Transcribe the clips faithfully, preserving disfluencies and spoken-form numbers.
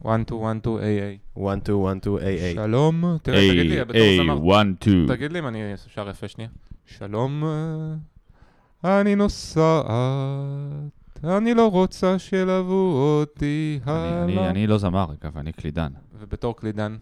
one two one two A A. one two one two A A. שלום, תראה, תגיד לי, בתור זמר. one two. תגיד לי אם אני שר יפה שנייה. שלום, אני נוסעת, אני לא רוצה שילוו אותי הלאה. אני לא זמר, אגב, אני קלידן. ובתור קלידן.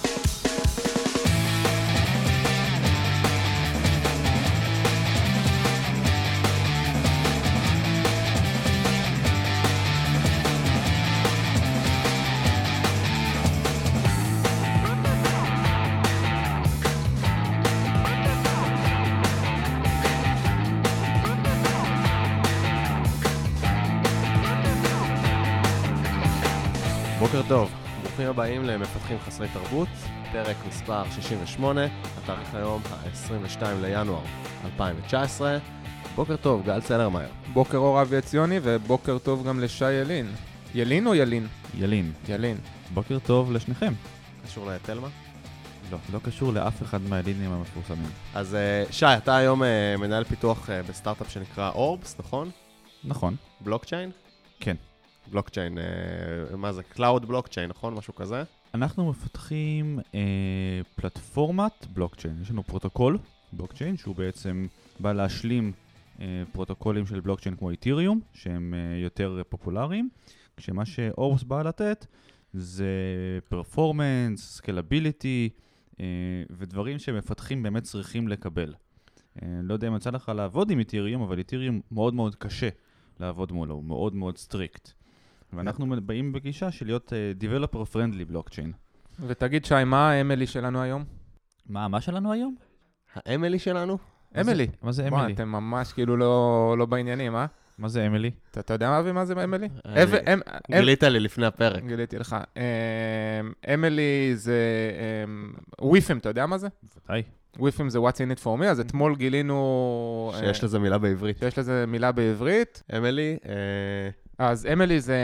בוקר טוב, ברוכים הבאים למפתחים חסרי תרבות, פרק מספר שישים ושמונה, התאריך היום ה-עשרים ושניים לינואר אלפיים תשע עשרה. בוקר טוב, גל צלרמייר. בוקר אור אבי עציוני, ובוקר טוב גם לשי ילין. ילין או ילין? ילין. ילין. בוקר טוב לשניכם. קשור לתלמה? לא, לא קשור לאף אחד מהילינים המפורסמים. אז שי, אתה היום מנהל פיתוח בסטארט-אפ שנקרא אורבס, נכון? נכון. בלוקצ'יין? כן. בלוקצ'יין, מה זה? קלאוד בלוקצ'יין, נכון? משהו כזה? אנחנו מפתחים אה, פלטפורמת בלוקצ'יין. יש לנו פרוטוקול בלוקצ'יין, שהוא בעצם בא להשלים אה, פרוטוקולים של בלוקצ'יין כמו איתריום, שהם אה, יותר פופולריים, כשמה שאורבס בא לתת זה פרפורמנס, סקלביליטי, אה, ודברים שמפתחים באמת צריכים לקבל. אה, לא יודע אם יצא לך לעבוד עם איתריום, אבל איתריום מאוד מאוד קשה לעבוד מולו, הוא מאוד מאוד סטריקט. ואנחנו באים בגישה של להיות uh, developer friendly blockchain. ותגיד שי, מה האמילי שלנו היום? מה, מה שלנו היום? האמילי שלנו? אמילי. מה זה וואי, אמילי? אתם ממש כאילו לא, לא בעניינים, אה? מה זה אמילי? אתה, אתה יודע מה אבי, מה זה אמילי? אני- אב- אמ- אמ- גילית לי לפני הפרק. גיליתי לך. אמ, אמילי זה אמ, וויפים, אתה יודע מה זה? ודאי. וויפים זה what's in it for me, אז אתמול גילינו... שיש אה, לזה מילה בעברית. שיש לזה מילה בעברית. אמילי, אה, אז אמילי זה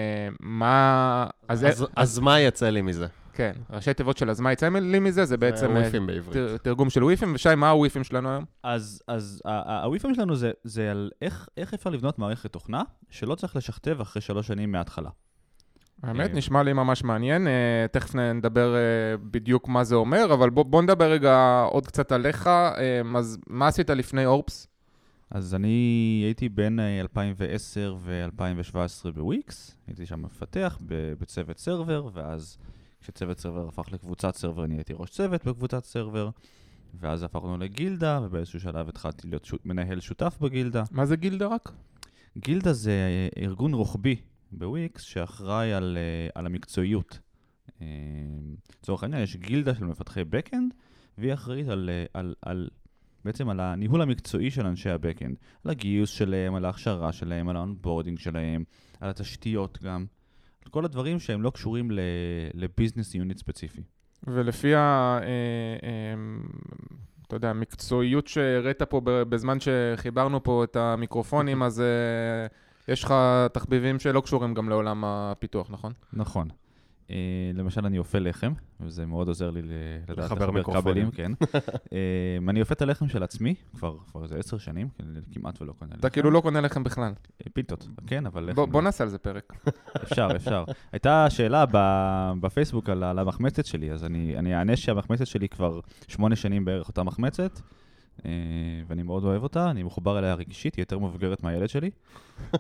מה... אז, אז- אז מה יצא לי מזה? כן, ראשי תיבות של אז מה יצא לי מזה, זה בעצם אה, וויפים בעברית. תר- תרגום של וויפים. ושי, מה הוויפים שלנו היום? אז, אז ה- ה- הוויפים שלנו זה, זה על איך, איך אפשר לבנות מערכת תוכנה שלא צריך לשכתב אחרי שלוש שנים מההתחלה. האמת, אה, נשמע לי ממש מעניין. אה, תכף נדבר אה, בדיוק מה זה אומר, אבל בוא, בוא נדבר רגע עוד קצת עליך. אה, אז מה עשית לפני אורבס? אז אני הייתי בין אה, אלפיים ועשר ו-אלפיים שבע עשרה בוויקס, הייתי שם מפתח ב- בצוות סרבר, ואז כשצוות סרבר הפך לקבוצת סרבר, אני הייתי ראש צוות בקבוצת סרבר, ואז הפכנו לגילדה, ובאיזשהו שלב התחלתי להיות שוט, מנהל שותף בגילדה. מה זה גילדה רק? גילדה זה אה, ארגון רוחבי בוויקס שאחראי על, אה, על המקצועיות. אה, לצורך העניין, יש גילדה של מפתחי בקאנד, והיא אחראית על, אה, על, על בעצם על הניהול המקצועי של אנשי הבקאנד, על הגיוס שלהם, על ההכשרה שלהם, על האונבורדינג שלהם, על התשתיות גם, על כל הדברים שהם לא קשורים לביזנס יוניט ספציפי. ולפי ה... אה, אה, אתה יודע, המקצועיות שהראית פה ב- בזמן שחיברנו פה את המיקרופונים, אז אה, יש לך תחביבים שלא קשורים גם לעולם הפיתוח, נכון? נכון. Uh, למשל אני אופה לחם, וזה מאוד עוזר לי ל- לדעת לחבר לחבר מיקרופונים. כבלים, כן. uh, אני אופה את הלחם של עצמי, כבר, כבר איזה עשר שנים, כמעט ולא קונה לחם. אתה כאילו לא קונה לחם בכלל. Uh, פילטות, כן, אבל לחם. בוא, בוא נעשה על זה פרק. אפשר, אפשר. הייתה שאלה ב- בפייסבוק על, על המחמצת שלי, אז אני, אני אענה שהמחמצת שלי כבר שמונה שנים בערך אותה מחמצת, uh, ואני מאוד אוהב אותה, אני מחובר אליה רגשית, היא יותר מבוגרת מהילד שלי, uh,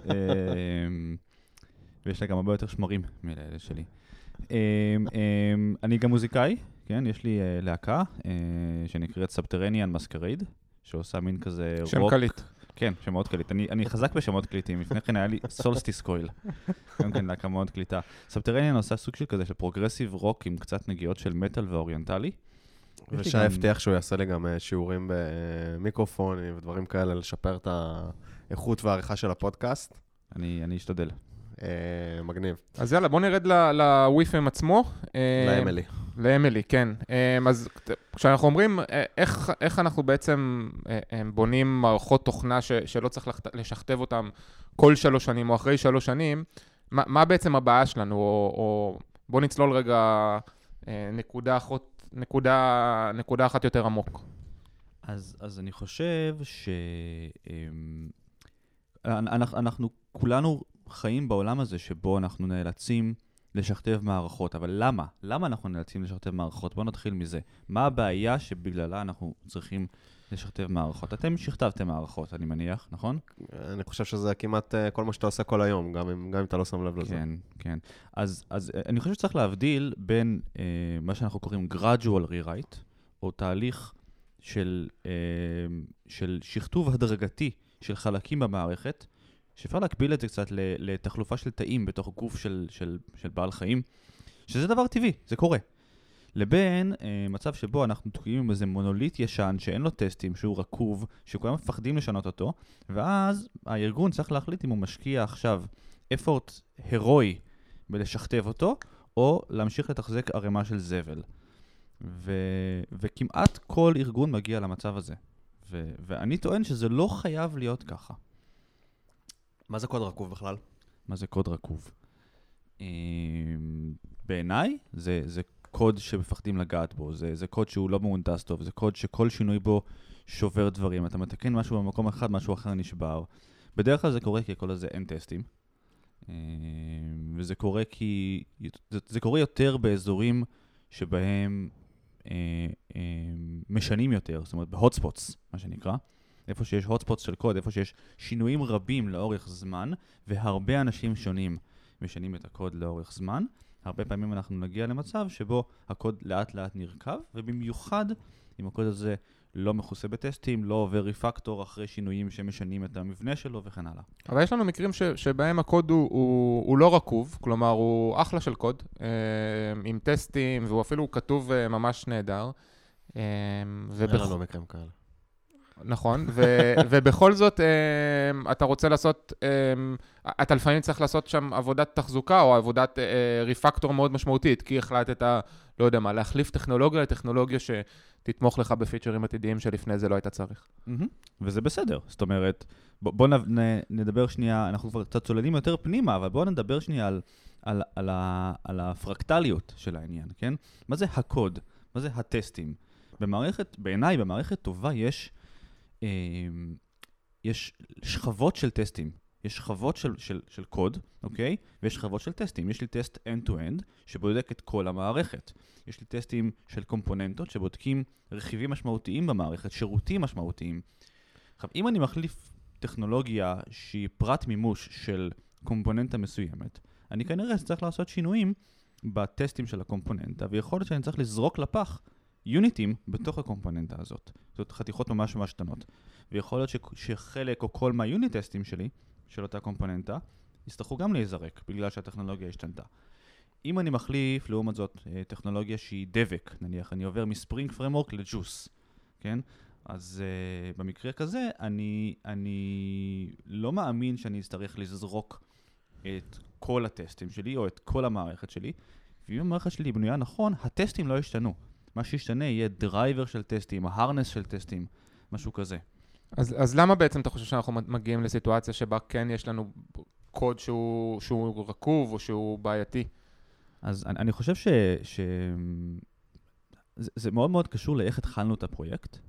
ויש לה גם הרבה יותר שמרים מילד שלי. Um, um, אני גם מוזיקאי, כן, יש לי uh, להקה uh, שנקראת Subterranean Masquerade, שעושה מין כזה שם רוק. קליט. כן, שמות קליט. אני, אני חזק בשמות קליטים, לפני כן היה לי Solstice Coil, גם כן להקה מאוד קליטה. Subterranean עושה סוג של כזה של פרוגרסיב רוק עם קצת נגיעות של מטל ואוריינטלי. ושי הבטיח שהוא יעשה לי גם אה, שיעורים במיקרופונים ודברים כאלה, לשפר את האיכות והעריכה של הפודקאסט. אני, אני אשתדל. אה, מגניב. אז יאללה, בוא נרד ל- לוויפים עצמו. אה, לאמילי. לאמילי, כן. אה, אז כשאנחנו אומרים אה, איך, איך אנחנו בעצם אה, אה, בונים מערכות תוכנה ש, שלא צריך לח- לשכתב אותם כל שלוש שנים או אחרי שלוש שנים, מה, מה בעצם הבעיה שלנו? או, או בוא נצלול רגע אה, נקודה, אחת, נקודה, נקודה אחת יותר עמוק. אז, אז אני חושב ש... אנחנו, אנחנו כולנו חיים בעולם הזה שבו אנחנו נאלצים לשכתב מערכות. אבל למה? למה אנחנו נאלצים לשכתב מערכות? בואו נתחיל מזה. מה הבעיה שבגללה אנחנו צריכים לשכתב מערכות? אתם שכתבתם מערכות, אני מניח, נכון? אני חושב שזה כמעט כל מה שאתה עושה כל היום, גם אם, גם אם אתה לא שם לב לזה. כן, כן. אז, אז אני חושב שצריך להבדיל בין אה, מה שאנחנו קוראים gradual rewrite, או תהליך של, אה, של שכתוב הדרגתי של חלקים במערכת, שאפשר להקביל את זה קצת לתחלופה של תאים בתוך גוף של, של, של בעל חיים, שזה דבר טבעי, זה קורה. לבין אה, מצב שבו אנחנו תקועים עם איזה מונוליט ישן שאין לו טסטים, שהוא רקוב, שכולם מפחדים לשנות אותו, ואז הארגון צריך להחליט אם הוא משקיע עכשיו אפורט הרואי בלשכתב אותו, או להמשיך לתחזק ערימה של זבל. ו... וכמעט כל ארגון מגיע למצב הזה. ו... ואני טוען שזה לא חייב להיות ככה. מה זה קוד רקוב בכלל? מה זה קוד רקוב? בעיניי זה, זה קוד שמפחדים לגעת בו, זה, זה קוד שהוא לא מהונדס טוב, זה קוד שכל שינוי בו שובר דברים. אתה מתקן משהו במקום אחד, משהו אחר נשבר. בדרך כלל זה קורה כי הכל הזה אין טסטים. וזה קורה כי... זה, זה קורה יותר באזורים שבהם אה, אה, משנים יותר, זאת אומרת בהוטספוטס, מה שנקרא. איפה שיש הוטספוטס של קוד, איפה שיש שינויים רבים לאורך זמן, והרבה אנשים שונים משנים את הקוד לאורך זמן. הרבה פעמים אנחנו נגיע למצב שבו הקוד לאט לאט נרכב, ובמיוחד אם הקוד הזה לא מכוסה בטסטים, לא עובר ריפקטור אחרי שינויים שמשנים את המבנה שלו וכן הלאה. אבל יש לנו מקרים ש, שבהם הקוד הוא, הוא, הוא לא רקוב, כלומר הוא אחלה של קוד, עם טסטים, והוא אפילו כתוב ממש נהדר. אין לנו מקרים כאלה. נכון, ו- ובכל זאת אתה רוצה לעשות, אתה לפעמים צריך לעשות שם עבודת תחזוקה או עבודת ריפקטור מאוד משמעותית, כי החלטת, לא יודע מה, להחליף טכנולוגיה לטכנולוגיה שתתמוך לך בפיצ'רים עתידיים שלפני זה לא היית צריך. וזה בסדר, זאת אומרת, בוא נדבר שנייה, אנחנו כבר קצת צוללים יותר פנימה, אבל בוא נדבר שנייה על, על, על, על הפרקטליות של העניין, כן? מה זה הקוד? מה זה הטסטים? במערכת, בעיניי, במערכת טובה יש יש שכבות של טסטים, יש שכבות של, של, של קוד, אוקיי? ויש שכבות של טסטים. יש לי טסט end-to-end שבודק את כל המערכת. יש לי טסטים של קומפוננטות שבודקים רכיבים משמעותיים במערכת, שירותים משמעותיים. עכשיו, אם אני מחליף טכנולוגיה שהיא פרט מימוש של קומפוננטה מסוימת, אני כנראה צריך לעשות שינויים בטסטים של הקומפוננטה, ויכול להיות שאני צריך לזרוק לפח יוניטים בתוך הקומפוננטה הזאת. זאת חתיכות ממש ממש קטנות. ויכול להיות ש- שחלק או כל מהיוניט טסטים שלי, של אותה קומפוננטה, יצטרכו גם להיזרק, בגלל שהטכנולוגיה השתנתה. אם אני מחליף, לעומת זאת, טכנולוגיה שהיא דבק, נניח, אני עובר מספרינג פרמורק לג'וס, כן? אז uh, במקרה כזה, אני, אני לא מאמין שאני אצטרך לזרוק את כל הטסטים שלי, או את כל המערכת שלי, ואם המערכת שלי בנויה נכון, הטסטים לא ישתנו. מה שישתנה יהיה דרייבר של טסטים, ההרנס של טסטים, משהו כזה. אז, אז למה בעצם אתה חושב שאנחנו מגיעים לסיטואציה שבה כן יש לנו קוד שהוא, שהוא רקוב או שהוא בעייתי? אז אני, אני חושב ש... ש... זה, זה מאוד מאוד קשור לאיך התחלנו את הפרויקט.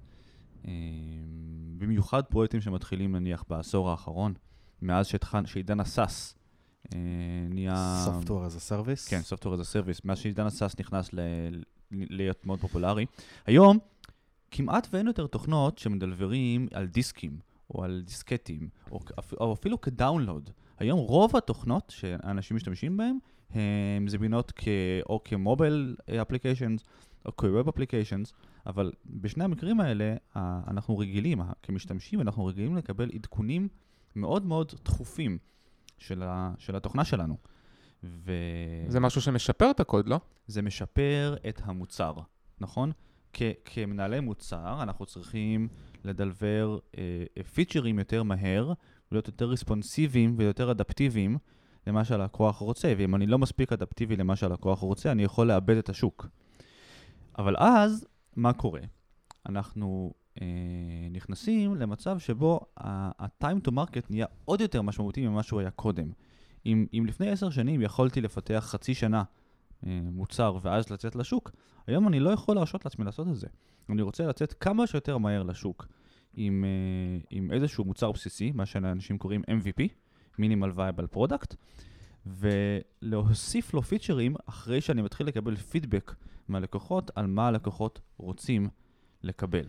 במיוחד פרויקטים שמתחילים נניח בעשור האחרון, מאז שהתחל, שעידן הסאס נהיה... Software as a Service? כן, Software as a Service. מאז שעידן הסאס נכנס ל... להיות מאוד פופולרי. היום, כמעט ואין יותר תוכנות שמדלברים על דיסקים, או על דיסקטים, או, או אפילו כדאונלוד. היום רוב התוכנות שאנשים משתמשים בהן, הן זמינות כ, או כמובייל אפליקיישנס, או כווב אפליקיישנס, אבל בשני המקרים האלה, אנחנו רגילים, כמשתמשים, אנחנו רגילים לקבל עדכונים מאוד מאוד תכופים של, ה, של התוכנה שלנו. ו... זה משהו שמשפר את הקוד, לא? זה משפר את המוצר, נכון? כ- כמנהלי מוצר, אנחנו צריכים לדלבר אה, פיצ'רים יותר מהר, ולהיות יותר ריספונסיביים ויותר אדפטיביים למה שהלקוח רוצה, ואם אני לא מספיק אדפטיבי למה שהלקוח רוצה, אני יכול לאבד את השוק. אבל אז, מה קורה? אנחנו אה, נכנסים למצב שבו ה-time to market נהיה עוד יותר משמעותי ממה שהוא היה קודם. אם, אם לפני עשר שנים יכולתי לפתח חצי שנה אה, מוצר ואז לצאת לשוק, היום אני לא יכול להרשות לעצמי לעשות את זה. אני רוצה לצאת כמה שיותר מהר לשוק עם, אה, עם איזשהו מוצר בסיסי, מה שאנשים קוראים אם וי פי, Minimal Viable Product, ולהוסיף לו פיצ'רים אחרי שאני מתחיל לקבל פידבק מהלקוחות על מה הלקוחות רוצים לקבל.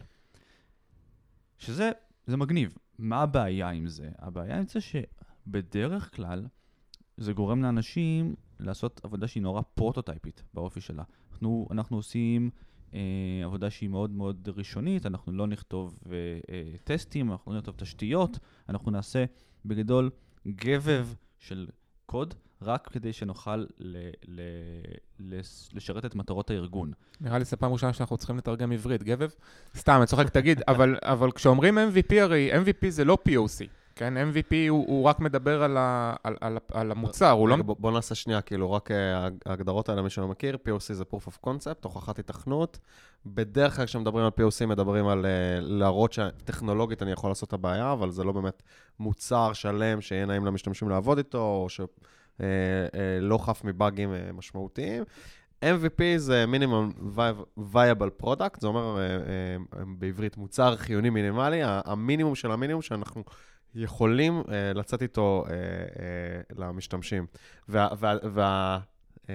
שזה זה מגניב. מה הבעיה עם זה? הבעיה עם זה שבדרך כלל זה גורם לאנשים לעשות עבודה שהיא נורא פרוטוטייפית באופי שלה. אנחנו, אנחנו עושים אה, עבודה שהיא מאוד מאוד ראשונית, אנחנו לא נכתוב אה, אה, טסטים, אנחנו לא נכתוב תשתיות, אנחנו נעשה בגדול גבב של קוד, רק כדי שנוכל ל- ל- לש- לשרת את מטרות הארגון. נראה לי ספעם ראשונה שאנחנו צריכים לתרגם עברית, גבב? סתם, אני צוחק, תגיד, אבל, אבל כשאומרים אם וי פי, הרי אם וי פי זה לא פי או סי, כן? אם וי פי הוא, הוא רק מדבר על, ה, על, על, על המוצר, הוא לא... בוא, בוא נעשה שנייה, כאילו, רק ההגדרות האלה, מי שלא מכיר, פי או סי זה Proof of Concept, הוכחת היתכנות. בדרך כלל כשמדברים על פי או סי, מדברים על uh, להראות שטכנולוגית אני יכול לעשות את הבעיה, אבל זה לא באמת מוצר שלם שיהיה נעים למשתמשים לעבוד איתו, או ש... Uh, uh, לא חף מבאגים uh, משמעותיים. אם וי פי זה Minimum Viable Product, זה אומר uh, uh, בעברית מוצר חיוני מינימלי, המינימום של המינימום שאנחנו יכולים uh, לצאת איתו uh, uh, למשתמשים. וה... וה, וה uh,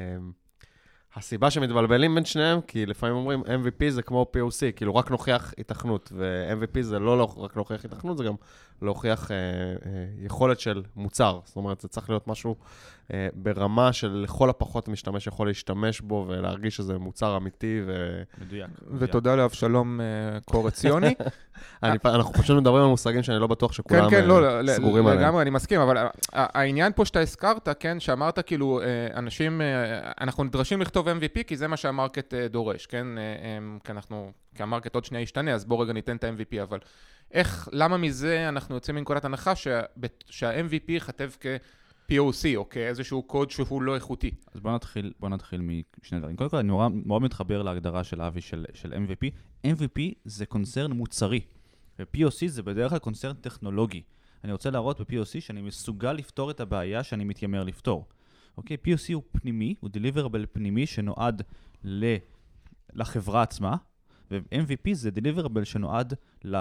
הסיבה שמתבלבלים בין שניהם, כי לפעמים אומרים אם וי פי זה כמו פי או סי, כאילו רק נוכיח היתכנות, ו-אם וי פי זה לא רק להוכיח היתכנות, זה גם להוכיח אה, אה, יכולת של מוצר. זאת אומרת, זה צריך להיות משהו אה, ברמה של לכל הפחות משתמש יכול להשתמש בו, ולהרגיש שזה מוצר אמיתי. ו... מדויק. ותודה לאבשלום אה, קורציוני. אני, אנחנו פשוט מדברים על מושגים שאני לא בטוח שכולם כן, כן, לא, סגורים עליהם. לגמרי, אני מסכים, אבל העניין פה שאתה הזכרת, כן, שאמרת כאילו, אנשים, אנחנו נדרשים לכתוב אם וי פי, כי זה מה שהמרקט דורש, כן, כי אנחנו, כי המרקט עוד שנייה ישתנה, אז בוא רגע ניתן את ה-אם וי פי, אבל איך, למה מזה אנחנו יוצאים מנקודת הנחה שה-אם וי פי יכתב כ-פי או סי, או כאיזשהו קוד שהוא לא איכותי? אז בוא נתחיל, בוא נתחיל משני דברים. קודם כל, אני מאוד, מאוד מתחבר להגדרה של אבי של, של אם וי פי. אם וי פי זה קונצרן מוצרי, ו-פי או סי זה בדרך כלל קונצרן טכנולוגי. אני רוצה להראות ב-פי או סי שאני מסוגל לפתור את הבעיה שאני מתיימר לפתור. אוקיי? פי או סי הוא פנימי, הוא deliverable פנימי שנועד ל... לחברה עצמה, ו-אם וי פי זה deliverable שנועד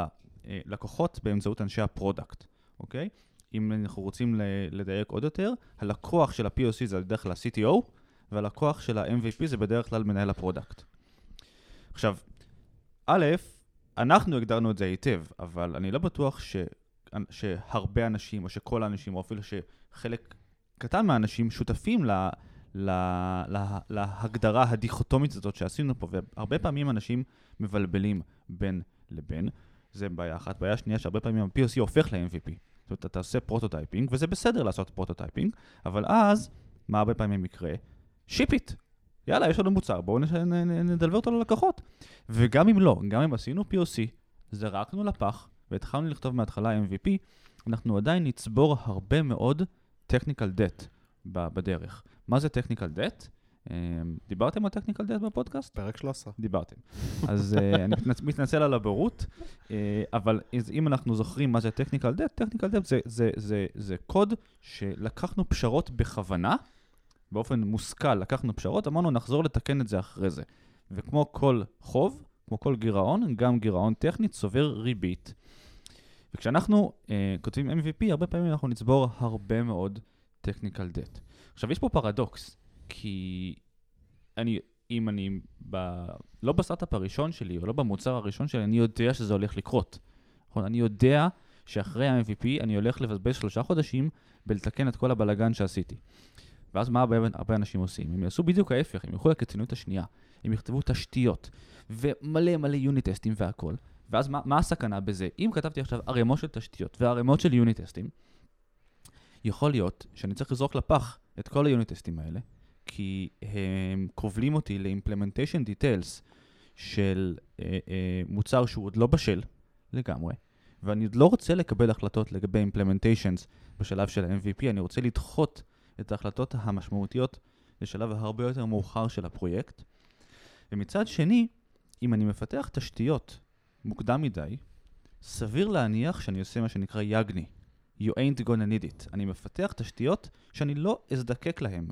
ללקוחות באמצעות אנשי הפרודקט. אוקיי? אם אנחנו רוצים לדייק עוד יותר, הלקוח של ה-פי או סי זה בדרך כלל ה-סי טי או, והלקוח של ה-אם וי פי זה בדרך כלל מנהל הפרודקט. עכשיו, א', אנחנו הגדרנו את זה היטב, אבל אני לא בטוח ש... שהרבה אנשים, או שכל האנשים, או אפילו שחלק קטן מהאנשים שותפים לה... לה... לה... להגדרה הדיכוטומית הזאת שעשינו פה, והרבה פעמים אנשים מבלבלים בין לבין. זה בעיה אחת. בעיה שנייה שהרבה פעמים ה-פי או סי הופך ל-אם וי פי. זאת אומרת, אתה עושה פרוטוטייפינג, וזה בסדר לעשות פרוטוטייפינג, אבל אז, מה הרבה פעמים יקרה? שיפית. יאללה, יש לנו מוצר, בואו נדלבר אותו ללקוחות. וגם אם לא, גם אם עשינו פי או סי, זרקנו לפח, והתחלנו לכתוב מההתחלה אם וי פי, אנחנו עדיין נצבור הרבה מאוד technical debt בדרך. מה זה technical debt? דיברתם על technical debt בפודקאסט? פרק שלוש עשרה. דיברתם. אז אני מתנצל על הבורות, אבל אם אנחנו זוכרים מה זה technical debt, technical debt זה, זה, זה, זה קוד שלקחנו פשרות בכוונה, באופן מושכל לקחנו פשרות, אמרנו נחזור לתקן את זה אחרי זה. וכמו כל חוב, כמו כל גירעון, גם גירעון טכני צובר ריבית. וכשאנחנו uh, כותבים אם וי פי, הרבה פעמים אנחנו נצבור הרבה מאוד technical debt. עכשיו, יש פה פרדוקס, כי אני, אם אני ב, לא בסטארט-אפ הראשון שלי, או לא במוצר הראשון שלי, אני יודע שזה הולך לקרות. נכון? אני יודע שאחרי ה-אם וי פי אני הולך לבזבז שלושה חודשים בלתקן את כל הבלגן שעשיתי. ואז מה הרבה, הרבה אנשים עושים? הם יעשו בדיוק ההפך, הם ילכו לקיצוניות השנייה, הם יכתבו תשתיות, ומלא מלא יוניט טסטים והכל, ואז מה, מה הסכנה בזה? אם כתבתי עכשיו ערימות של תשתיות וערימות של יוניט טסטים, יכול להיות שאני צריך לזרוק לפח את כל היוניט טסטים האלה, כי הם כובלים אותי ל-implementation details של אה, אה, מוצר שהוא עוד לא בשל לגמרי, ואני עוד לא רוצה לקבל החלטות לגבי implementations בשלב של ה-אם וי פי, אני רוצה לדחות את ההחלטות המשמעותיות לשלב הרבה יותר מאוחר של הפרויקט. ומצד שני, אם אני מפתח תשתיות מוקדם מדי, סביר להניח שאני עושה מה שנקרא יגני. You ain't gonna need it. אני מפתח תשתיות שאני לא אזדקק להם,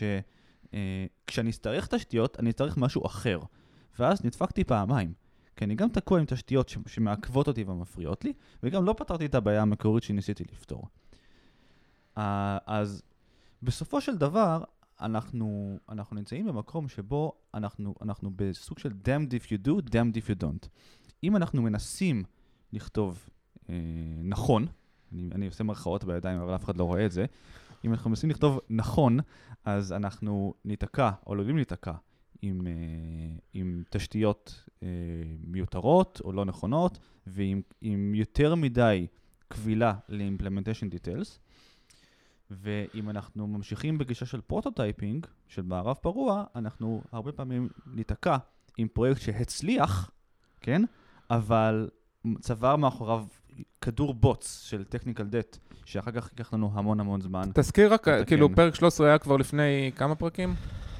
וכשאני אצטרך תשתיות, אני אצטרך משהו אחר. ואז נדפקתי פעמיים. כי אני גם תקוע עם תשתיות ש- שמעכבות אותי ומפריעות לי, וגם לא פתרתי את הבעיה המקורית שניסיתי לפתור. Uh, אז בסופו של דבר, אנחנו, אנחנו נמצאים במקום שבו אנחנו, אנחנו בסוג של damned if you do, damned if you don't. אם אנחנו מנסים לכתוב אה, נכון, אני, אני עושה מרכאות בידיים, אבל אף אחד לא רואה את זה, אם אנחנו מנסים לכתוב נכון, אז אנחנו ניתקע, או עלולים להיתקע, עם, אה, עם תשתיות אה, מיותרות או לא נכונות, ועם עם יותר מדי קבילה ל-implementation details, ואם אנחנו ממשיכים בגישה של פרוטוטייפינג, של מערב פרוע, אנחנו הרבה פעמים ניתקע עם פרויקט שהצליח, כן? אבל צבר מאחוריו כדור בוץ של technical debt, שאחר כך ייקח לנו המון המון זמן. תזכיר רק, כאילו פרק שלוש עשרה היה כבר לפני כמה פרקים?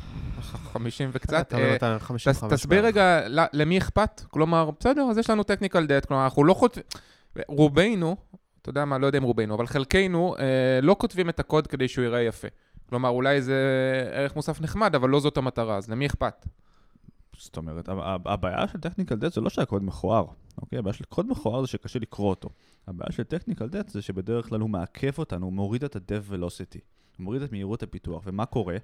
חמישים וקצת. תסביר רגע למי אכפת? כלומר, בסדר, אז יש לנו technical debt, כלומר, אנחנו לא חוטבים, רובנו, אתה יודע מה, לא יודע אם רובנו, אבל חלקנו אה, לא כותבים את הקוד כדי שהוא ייראה יפה. כלומר, אולי זה ערך מוסף נחמד, אבל לא זאת המטרה, אז למי אכפת? זאת אומרת, הבעיה של technical debt זה לא שהקוד מכוער, אוקיי? הבעיה של קוד מכוער זה שקשה לקרוא אותו. הבעיה של technical debt זה שבדרך כלל הוא מעכב אותנו, הוא מוריד את ה-dev velocity, הוא מוריד את מהירות הפיתוח, ומה קורה?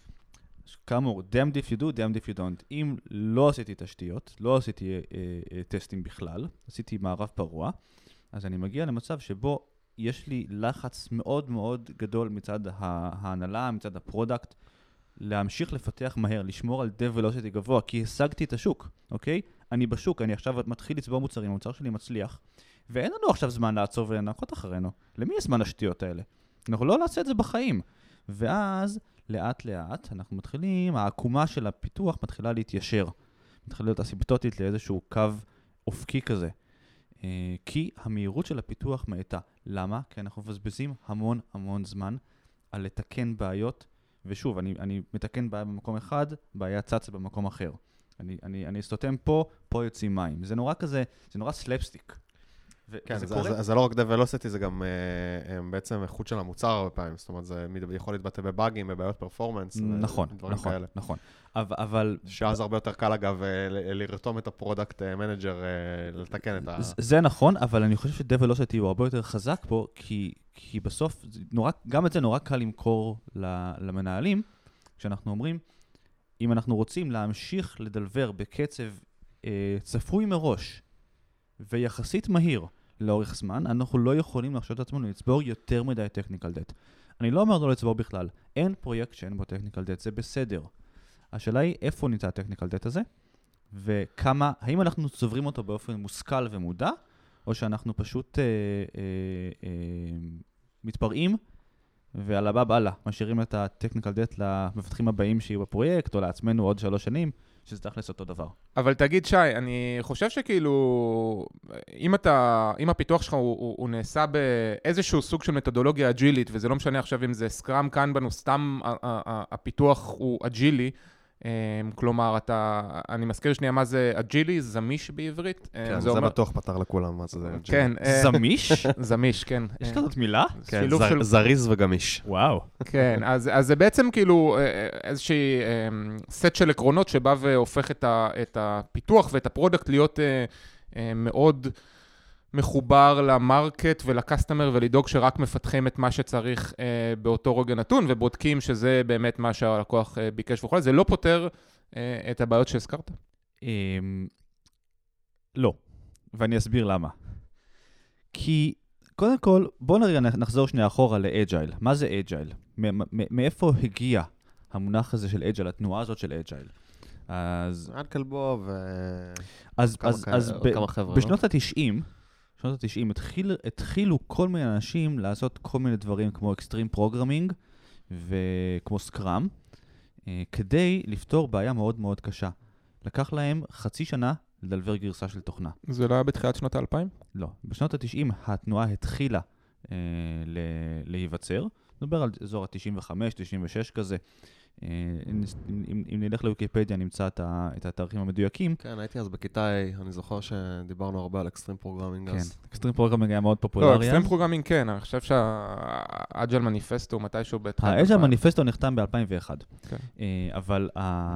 כאמור, damned if you do, damned if you don't. אם לא עשיתי תשתיות, לא עשיתי אה, אה, טסטים בכלל, עשיתי מערב פרוע, אז אני מגיע למצב שבו יש לי לחץ מאוד מאוד גדול מצד ההנהלה, מצד הפרודקט, להמשיך לפתח מהר, לשמור על dev velocity גבוה, כי השגתי את השוק, אוקיי? אני בשוק, אני עכשיו מתחיל לצבור מוצרים, המוצר שלי מצליח, ואין לנו עכשיו זמן לעצור ולנקות אחרינו. למי יש זמן השטויות האלה? אנחנו לא נעשה את זה בחיים. ואז, לאט לאט, אנחנו מתחילים, העקומה של הפיתוח מתחילה להתיישר. מתחילה להיות אסימפטוטית לאיזשהו קו אופקי כזה. כי המהירות של הפיתוח מעטה. למה? כי אנחנו מבזבזים המון המון זמן על לתקן בעיות, ושוב, אני, אני מתקן בעיה במקום אחד, בעיה צצה במקום אחר. אני, אני, אני סותם פה, פה יוצאים מים. זה נורא כזה, זה נורא סלפסטיק. כן, זה, זה, זה לא רק dev velocity, זה גם uh, בעצם איכות של המוצר הרבה פעמים. זאת אומרת, זה יכול להתבטא בבאגים, בבעיות פרפורמנס, נכון, ודברים נכון, כאלה. נכון. אבל... שאז הרבה יותר קל, אגב, לרתום את הפרודקט מנג'ר, לתקן את ה... זה נכון, אבל אני חושב ש-dev velocity הוא הרבה יותר חזק פה, כי, כי בסוף, נורא, גם את זה נורא קל למכור למנהלים, כשאנחנו אומרים, אם אנחנו רוצים להמשיך לדלבר בקצב אה, צפוי מראש, ויחסית מהיר לאורך זמן, אנחנו לא יכולים לחשוב את עצמנו לצבור יותר מדי technical debt. אני לא אומר לא לצבור בכלל. אין פרויקט שאין בו technical debt, זה בסדר. השאלה היא איפה נמצא ה-technical debt הזה, וכמה, האם אנחנו צוברים אותו באופן מושכל ומודע, או שאנחנו פשוט אה, אה, אה, מתפרעים, ועל הבא הלאה, משאירים את ה-technical debt למפתחים הבאים שיהיו בפרויקט, או לעצמנו עוד שלוש שנים, שזה תכלס אותו דבר. אבל תגיד, שי, אני חושב שכאילו, אם אתה, אם הפיתוח שלך הוא, הוא, הוא נעשה באיזשהו סוג של מתודולוגיה אג'ילית, וזה לא משנה עכשיו אם זה סקראם קנבן, או סתם הפיתוח הוא אג'ילי, כלומר, אתה, אני מזכיר שנייה מה זה אג'ילי, זמיש בעברית. כן, זה בטוח פתר לכולם מה זה אג'ילי. כן. זמיש? זמיש, כן. יש כזאת מילה? כן, זריז וגמיש. וואו. כן, אז זה בעצם כאילו איזושהי סט של עקרונות שבא והופך את הפיתוח ואת הפרודקט להיות מאוד מחובר למרקט ולקסטמר ולדאוג שרק מפתחים את מה שצריך אה, באותו רגע נתון ובודקים שזה באמת מה שהלקוח אה, ביקש וכל. זה לא פותר אה, את הבעיות שהזכרת? אה, לא, ואני אסביר למה. כי קודם כל, בואו נראה, נחזור שנייה אחורה לאג'ייל. מה זה אג'ייל? מאיפה הגיע המונח הזה של אג'ייל, התנועה הזאת של אג'ייל? אז... עד כלבו ו... אז, אז, אז ב- חבר'ה, בשנות לא? ה-תשעים, בשנות ה-תשעים התחיל, התחילו כל מיני אנשים לעשות כל מיני דברים כמו אקסטרים פרוגרמינג וכמו סקראם, כדי לפתור בעיה מאוד מאוד קשה. לקח להם חצי שנה לדלבר גרסה של תוכנה. זה לא היה בתחילת שנות ה-אלפיים? לא. בשנות ה-תשעים התנועה התחילה אה, ל- להיווצר. נדבר על אזור ה-תשעים וחמש, תשעים ושש כזה. אם, אם, אם נלך לוויקיפדיה נמצא את, ה, את התאריכים המדויקים. כן, הייתי אז בכיתה A, אני זוכר שדיברנו הרבה על אקסטרים פרוגרמינג. כן, אז. אקסטרים פרוגרמינג היה מאוד פופולרי. לא, אקסטרים פרוגרמינג כן, אני חושב שהאג'ל מניפסטו מתישהו בתחילת... האג'ל מניפסטו נחתם ב-אלפיים ואחת. כן. אבל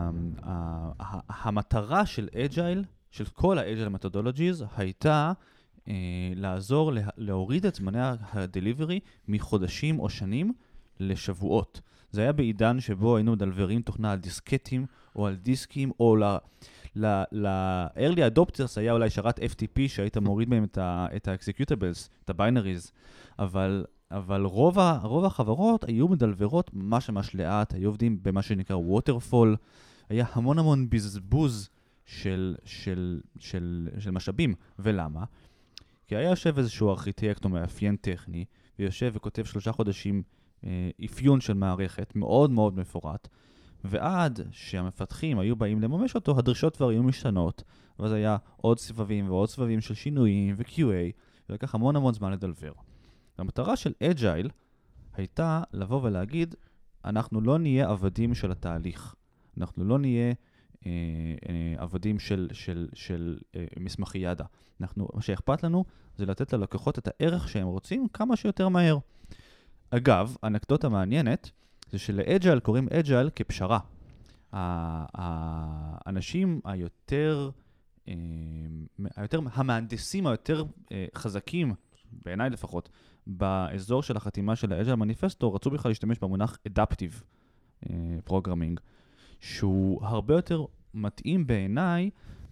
המטרה של אג'ייל, של כל האג'ל מתודולוגיז, הייתה לעזור להוריד את זמני הדליברי מחודשים או שנים לשבועות. זה היה בעידן שבו היינו מדלברים תוכנה על דיסקטים, או על דיסקים, או ל-early adopters היה אולי שרת אף טי פי, שהיית מוריד בהם את ה-executables, את ה-binaries, אבל... אבל רוב, ה, רוב החברות היו מדלברות ממש ממש לאט, היו עובדים במה שנקרא waterfall, היה המון המון בזבוז של, של, של, של משאבים. ולמה? כי היה יושב איזשהו ארכיטקט או מאפיין טכני, ויושב וכותב שלושה חודשים אה, אפיון של מערכת מאוד מאוד מפורט, ועד שהמפתחים היו באים לממש אותו, הדרישות כבר היו משתנות, ואז היה עוד סבבים ועוד סבבים של שינויים ו-קיו איי, ולקח המון המון זמן לדלבר. המטרה של אג'ייל הייתה לבוא ולהגיד, אנחנו לא נהיה עבדים של התהליך. אנחנו לא נהיה אה, אה, עבדים של, של, של אה, מסמכי ידע. אנחנו, מה שאכפת לנו זה לתת ללקוחות את הערך שהם רוצים כמה שיותר מהר. אגב, אנקדוטה מעניינת זה שלאג'ייל קוראים אג'ייל כפשרה. האנשים היותר, אה, היותר, המהנדסים היותר אה, חזקים, בעיניי לפחות, באזור של החתימה של האג'ייל מניפסטו, רצו בכלל להשתמש במונח Adaptive Programming, שהוא הרבה יותר מתאים בעיניי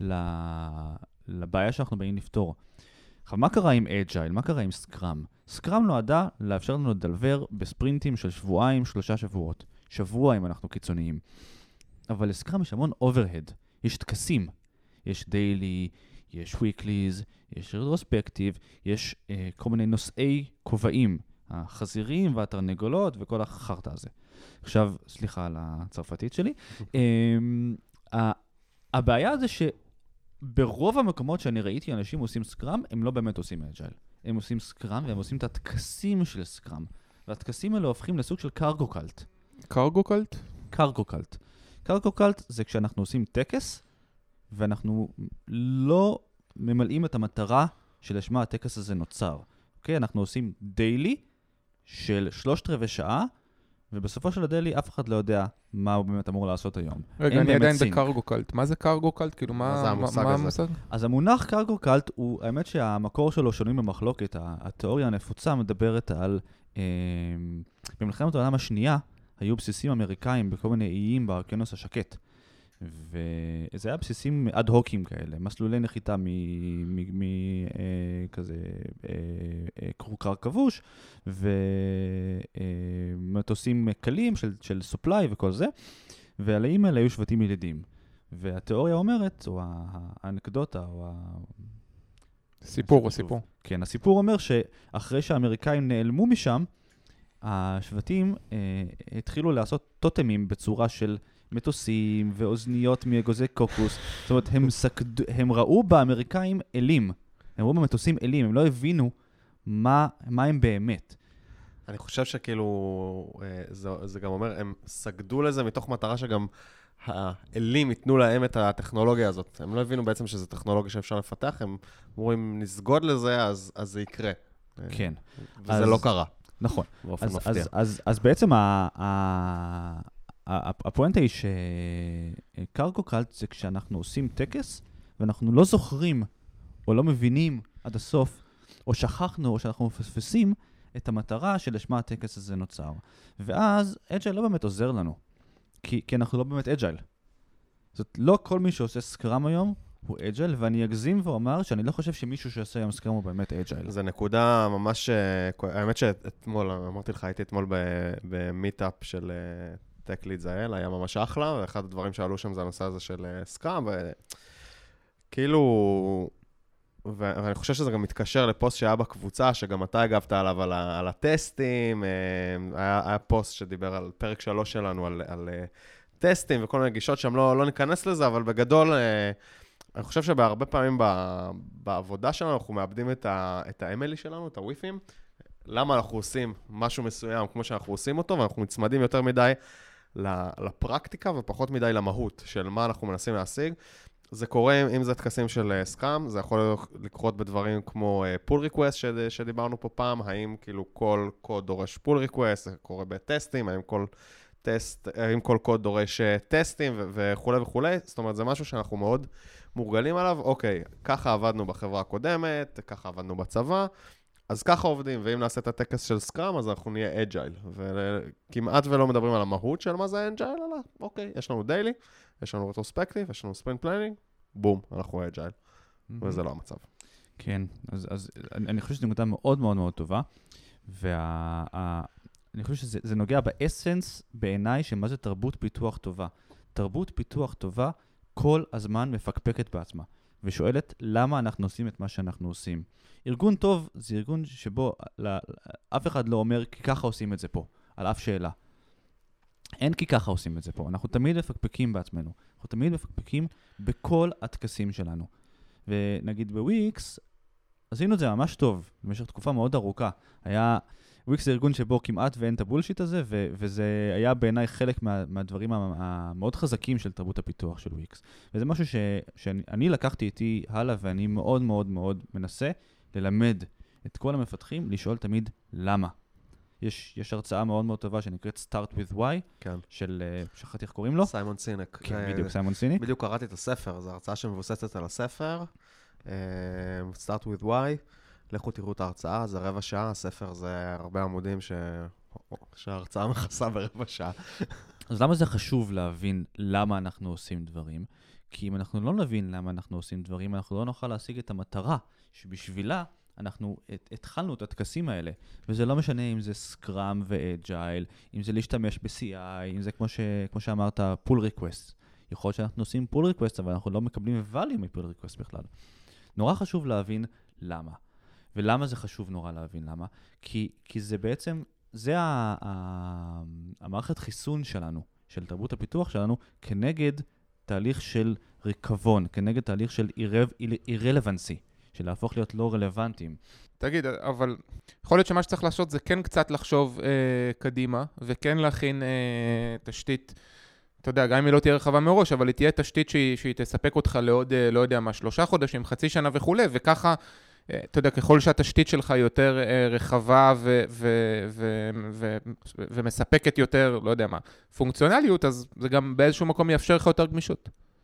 לבעיה שאנחנו באים לפתור. עכשיו, מה קרה עם אג'ייל? מה קרה עם סקראם? סקראם נועדה לאפשר לנו לדלבר בספרינטים של שבועיים, שלושה שבועות. שבוע אם אנחנו קיצוניים. אבל לסקראם יש המון overhead. יש תקסים. יש דיילי, יש weeklies, יש רטרוספקטיב, יש uh, כל מיני נושאי כובעים, החזירים והתרנגולות וכל החרטה הזה. עכשיו, סליחה על הצרפתית שלי. um, הבעיה זה שברוב המקומות שאני ראיתי אנשים עושים סקראם, הם לא באמת עושים אג'ייל. הם עושים סקראם והם עושים את התקסים של סקראם. והתקסים האלה הופכים לסוג של קרגו קלט. קרגו קלט? קרגו קלט. קרגו קלט זה כשאנחנו עושים טקס, ואנחנו לא ממלאים את המטרה שלשמה הטקס הזה נוצר. אוקיי? אנחנו עושים דיילי של שלושת רבעי שעה, ובסופו של הדיילי אף אחד לא יודע מה הוא באמת אמור לעשות היום. רגע, אני עדיין בקרגו קלט. מה זה קרגו קלט? כאילו, מה המושג? אז המונח קרגו קלט הוא, האמת שהמקור שלו שונים במחלוקת. התיאוריה הנפוצה מדברת על, אה, במלחמת העולם השנייה, היו בסיסים אמריקאים בכל מיני איים באוקיינוס השקט. וזה היה בסיסים אד-הוקים כאלה, מסלולי נחיתה מכזה קרקר כבוש, ומטוסים קלים של סופליי וכל זה, ועליהם האלה היו שבטים ילידים. והתיאוריה אומרת, או האנקדוטה, או סיפור או סיפור. כן, הסיפור אומר שאחרי שהאמריקאים נעלמו משם, השבטים התחילו לעשות טוטמים בצורה של מטוסים ואוזניות מאגוזי קוקוס. זאת אומרת, הם, סקד... הם ראו באמריקאים אלים. הם ראו במטוסים אלים, הם לא הבינו מה, מה הם באמת. אני חושב שכאילו, זה, זה גם אומר, הם סגדו לזה מתוך מטרה שגם האלים ייתנו להם את הטכנולוגיה הזאת. הם לא הבינו בעצם שזו טכנולוגיה שאפשר לפתח, הם אמרו, אם נסגוד לזה, אז, אז זה יקרה. כן. וזה אז, לא קרה. נכון. באופן אז, מפתיע. אז, אז, אז בעצם ה... ה... הפואנטה היא שקרגו קלט זה כשאנחנו עושים טקס ואנחנו לא זוכרים או לא מבינים עד הסוף או שכחנו או שאנחנו מפספסים את המטרה שלשמה הטקס הזה נוצר. ואז אג'ייל לא באמת עוזר לנו, כי, כי אנחנו לא באמת אג'ייל. זאת לא כל מי שעושה סקראם היום הוא אג'ייל, ואני אגזים ואומר שאני לא חושב שמישהו שעושה היום סקראם הוא באמת אג'ייל. זה נקודה ממש, האמת שאתמול, אמרתי לך, הייתי אתמול במיטאפ של טק ליד זהל, היה ממש אחלה, ואחד הדברים שעלו שם זה הנושא הזה של סקראם, וכאילו, ואני חושב שזה גם מתקשר לפוסט שהיה בקבוצה, שגם אתה הגבת עליו על, על הטסטים, היה, היה פוסט שדיבר על פרק שלוש שלנו, על, על טסטים וכל מיני גישות שם, לא, לא ניכנס לזה, אבל בגדול, אני חושב שבהרבה פעמים בעבודה שלנו, אנחנו מאבדים את ה, את ה-אם אל שלנו, את הוויפים, למה אנחנו עושים משהו מסוים כמו שאנחנו עושים אותו, ואנחנו מצמדים יותר מדי לפרקטיקה ופחות מדי למהות של מה אנחנו מנסים להשיג. זה קורה, אם זה תקסים של סקראם, זה יכול לקרות בדברים כמו פול ריקווסט שדיברנו פה פעם, האם כאילו כל קוד דורש פול ריקווסט, זה קורה בטסטים, האם כל טסט, האם כל קוד דורש טסטים וכו' וכו'. זאת אומרת, זה משהו שאנחנו מאוד מורגלים עליו. אוקיי, ככה עבדנו בחברה הקודמת, ככה עבדנו בצבא, אז ככה עובדים, ואם נעשה את הטקס של סקראם, אז אנחנו נהיה אג'ייל. וכמעט ולא מדברים על המהות של מה זה אג'ייל, אלא, אוקיי, יש לנו דיילי, יש לנו רטרוספקטיב, יש לנו ספרינט פלנינג, בום, אנחנו אג'ייל. וזה לא המצב. כן, אז, אז אני, אני חושב שזו נקודה מאוד מאוד מאוד טובה, ואני חושב שזה נוגע באסנס בעיניי שמה זה תרבות פיתוח טובה. תרבות פיתוח טובה כל הזמן מפקפקת בעצמה, ושואלת למה אנחנו עושים את מה שאנחנו עושים. ארגון טוב זה ארגון שבו לא, אף אחד לא אומר כי ככה עושים את זה פה, על אף שאלה. אין כי ככה עושים את זה פה, אנחנו תמיד מפקפקים בעצמנו, אנחנו תמיד מפקפקים בכל התקסים שלנו. ונגיד בוויקס, עשינו את זה ממש טוב, במשך תקופה מאוד ארוכה. היה, וויקס זה ארגון שבו כמעט ואין את הבולשיט הזה, ו- וזה היה בעיניי חלק מה- מהדברים המאוד חזקים של תרבות הפיתוח של וויקס. וזה משהו ש- שאני לקחתי איתי הלאה, ואני מאוד מאוד מאוד מנסה ללמד את כל המפתחים, לשאול תמיד למה. יש, יש הרצאה מאוד מאוד טובה שנקראת Start with Why, כן. של, שכחתי איך קוראים לו? סיימון סינק. כן, בדיוק, סיימון סיניק. בדיוק קראתי את הספר, זו הרצאה שמבוססת על הספר. Start with Why. לכו תראו את ההרצאה, זה רבע שעה, הספר זה הרבה עמודים ש... שההרצאה מכסה ברבע שעה. אז למה זה חשוב להבין למה אנחנו עושים דברים? כי אם אנחנו לא נבין למה אנחנו עושים דברים, אנחנו לא נוכל להשיג את המטרה שבשבילה אנחנו התחלנו את התקסים האלה. וזה לא משנה אם זה סקראם ואג'ייל, אם זה להשתמש ב-סי איי, אם זה כמו, ש... כמו שאמרת, פול ריקווסט. יכול להיות שאנחנו עושים פול ריקווסט, אבל אנחנו לא מקבלים value מפול ריקווסט בכלל. נורא חשוב להבין למה. ולמה זה חשוב נורא להבין למה? כי, כי זה בעצם, זה ה, ה, המערכת חיסון שלנו, של תרבות הפיתוח שלנו, כנגד תהליך של ריקבון, כנגד תהליך של irrelevancy, של להפוך להיות לא רלוונטיים. תגיד, אבל יכול להיות שמה שצריך לעשות זה כן קצת לחשוב אה, קדימה, וכן להכין אה, תשתית, אתה יודע, גם אם היא לא תהיה רחבה מראש, אבל היא תהיה תשתית שהיא, שהיא תספק אותך לעוד, אה, לא יודע מה, שלושה חודשים, חצי שנה וכו', וככה, אתה יודע, ככל שהתשתית שלך יותר רחבה ו- ו- ו- ו- ו- ומספקת יותר, לא יודע מה, פונקציונליות, אז זה גם באיזשהו מקום יאפשר לך יותר גמישות.